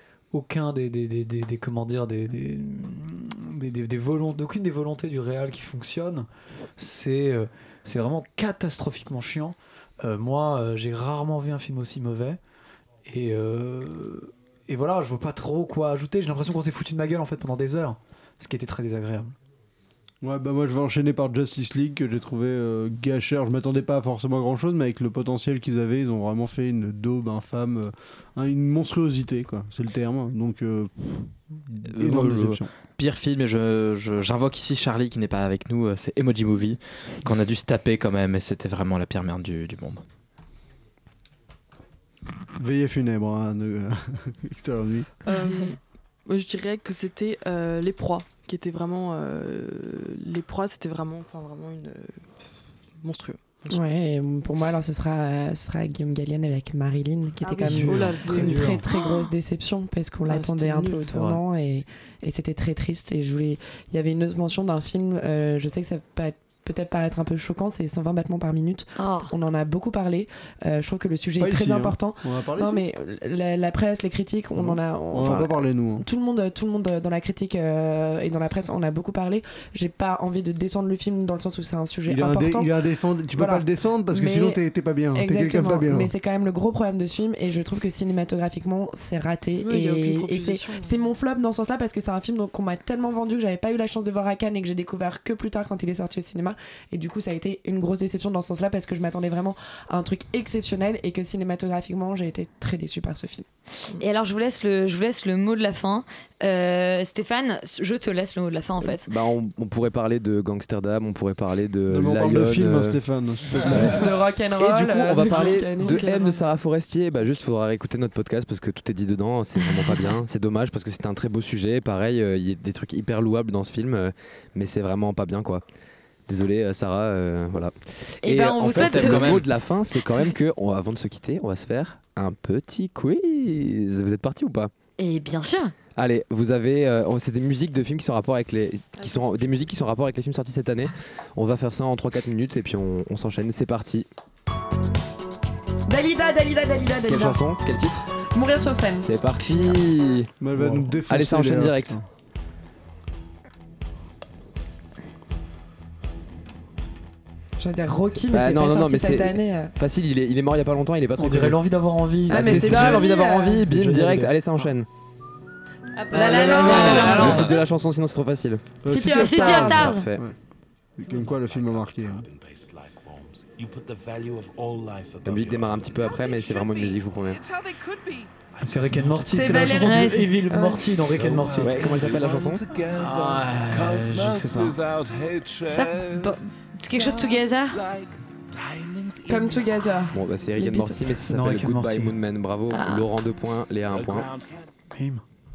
des volontés du réal qui fonctionne. C'est vraiment catastrophiquement chiant. Moi, j'ai rarement vu un film aussi mauvais. Et voilà, je vois pas trop quoi ajouter. J'ai l'impression qu'on s'est foutu de ma gueule en fait pendant des heures, ce qui était très désagréable. Ouais, bah moi je vais enchaîner par Justice League que j'ai trouvé gâchère. Je m'attendais pas forcément à grand chose, mais avec le potentiel qu'ils avaient, ils ont vraiment fait une daube infâme, une monstruosité quoi, c'est le terme. Donc énorme déception. Pire film, et j'invoque ici Charlie qui n'est pas avec nous, c'est Emoji Movie, qu'on a dû se taper quand même, et c'était vraiment la pire merde du monde. Veillée funèbre, hein, Victor Nuit. Je dirais que c'était Les Proies, qui était vraiment Les Proies, c'était vraiment une monstrueux. Ouais, pour moi alors ce sera Guillaume Gallienne avec Marilyn qui était quand même une très grosse déception parce qu'on l'attendait un peu au tournant et c'était très triste. Et il y avait une autre mention d'un film, je sais que ça peut peut-être paraître un peu choquant, c'est 120 battements par minute. On en a beaucoup parlé. Je trouve que le sujet est très important. On en a parlé mais la presse, les critiques, on en a pas parlé nous. Hein. Tout le monde dans la critique et dans la presse, on a beaucoup parlé. J'ai pas envie de descendre le film dans le sens où c'est un sujet important. Tu peux pas le descendre parce que sinon t'es pas bien. T'es quelqu'un pas bien. Mais c'est quand même le gros problème de ce film et je trouve que cinématographiquement c'est raté. Et c'est mon flop dans ce sens-là parce que c'est un film qu'on m'a tellement vendu que j'avais pas eu la chance de voir à Cannes et que j'ai découvert que plus tard quand il est sorti au cinéma. cinéma. Et du coup, ça a été une grosse déception dans ce sens-là parce que je m'attendais vraiment à un truc exceptionnel et que cinématographiquement, j'ai été très déçue par ce film. Et alors, je vous laisse le mot de la fin. Stéphane, je te laisse le mot de la fin en fait. On pourrait parler de Gangsterdam, on pourrait parler de on parle de film, Stéphane. De rock'n'roll. Et du coup, on va parler de Titanic, M de Sarah Forestier. Juste, il faudra réécouter notre podcast parce que tout est dit dedans. C'est vraiment pas bien. C'est dommage parce que c'était un très beau sujet. Pareil, il y a des trucs hyper louables dans ce film, mais c'est vraiment pas bien quoi. Désolé Sarah, voilà. Et on vous souhaite le mot de la fin, c'est quand même que avant de se quitter, on va se faire un petit quiz. Vous êtes partis ou pas? Et bien sûr. Allez, vous avez c'est des musiques de films qui sont en rapport avec des musiques qui sont en rapport avec les films sortis cette année. On va faire ça en 3-4 minutes et puis on s'enchaîne. C'est parti. Dalida. Quelle chanson? Quel titre? Mourir sur scène. C'est parti. Elle va nous défoncer. Allez, ça enchaîne direct. J'allais dire Rocky, mais c'est pas sorti cette année. Facile, il est mort il y a pas longtemps, il est pas trop. On dirait l'envie d'avoir envie. Ah, c'est ça, l'envie d'avoir envie. Bim, direct. Allez, ça enchaîne. Le titre de la chanson, sinon c'est trop facile. City of Stars. Parfait. Comme quoi le film a marqué. La musique démarre un petit peu après, mais c'est vraiment une musique, je vous promets. C'est Rick and Morty, C'est c'est la chanson de Valérie- Evil Morty dans Rick and Morty. Ouais, comment elle s'appelle la chanson? Je sais pas. C'est quelque chose Together. Comme Together. Bon, c'est Rick and Morty, mais ça Non, s'appelle Rick and Goodbye Morty. Moon Man. Bravo. Laurent 2 points, Léa 1 point. Bim.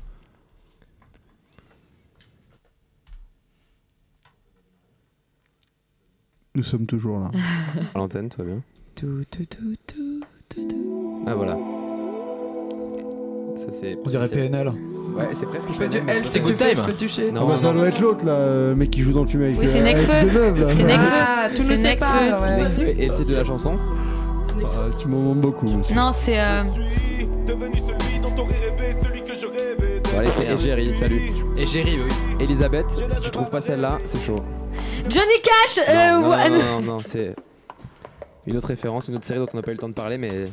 Nous sommes toujours là. À l'antenne, tout va bien. Ah voilà. Ça c'est. On dirait PNL. Ouais, c'est presque. Je fais du elf, C'est Good Time. je peux toucher. Non, Ça doit être l'autre là, le mec qui joue dans le film avec. Oui, c'est avec Necfeu. Deneuve, là. C'est Necfeu. Ah, tout le C'est sépare. Necfeu. Ouais. Necfeu. Et le titre de la chanson? Tu m'en demandes beaucoup. monsieur. Non, c'est. Bon, allez, c'est Égérie, salut. Et Jerry, oui. Elisabeth, si tu trouves pas celle-là, c'est chaud. Johnny Cash. Non, c'est une autre référence, une autre série dont on n'a pas eu le temps de parler, mais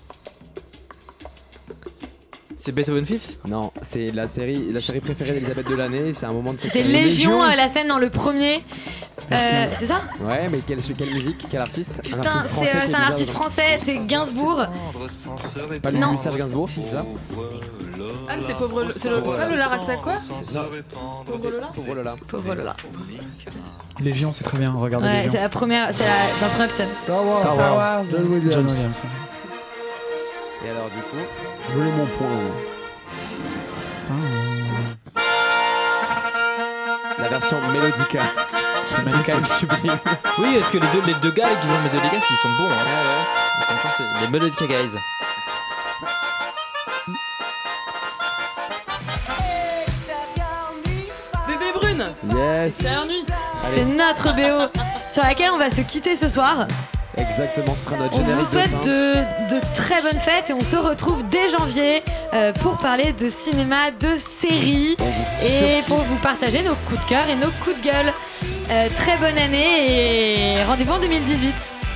C'est Beethoven Fifth? non, c'est la série préférée d'Elisabeth de l'année. C'est un moment de cette C'est série. Légion, la scène dans le premier. C'est ça? Ouais, mais quelle musique, quel artiste? Putain, c'est un artiste français, c'est Gainsbourg. Pas Non. lui, Serge Gainsbourg, si c'est ça? Ah, mais c'est pauvre. C'est pas Lola Rasta quoi? Pauvre Lola? Pauvre Lola. Pauvre Lola. Légion, c'est très bien. Regardez Ouais, Légion. c'est la première, dans le premier épisode. Star Wars. Star Wars. John Williams. John Williams. Et alors, du coup, Je voulais mon point. la version Melodica. C'est magnifique. Quand même sublime. Oui, parce que les deux gars qui viennent de Melodica, ils sont bons. Hein. Ils sont forts, c'est les Melodica guys. Bébé brune. Yes. Dernière nuit. C'est notre BO sur laquelle on va se quitter ce soir. Exactement, ce sera notre On générique vous souhaite de fin. de très bonnes fêtes et on se retrouve dès janvier pour parler de cinéma, de séries et pour vous partager nos coups de cœur et nos coups de gueule. Très bonne année et rendez-vous en 2018.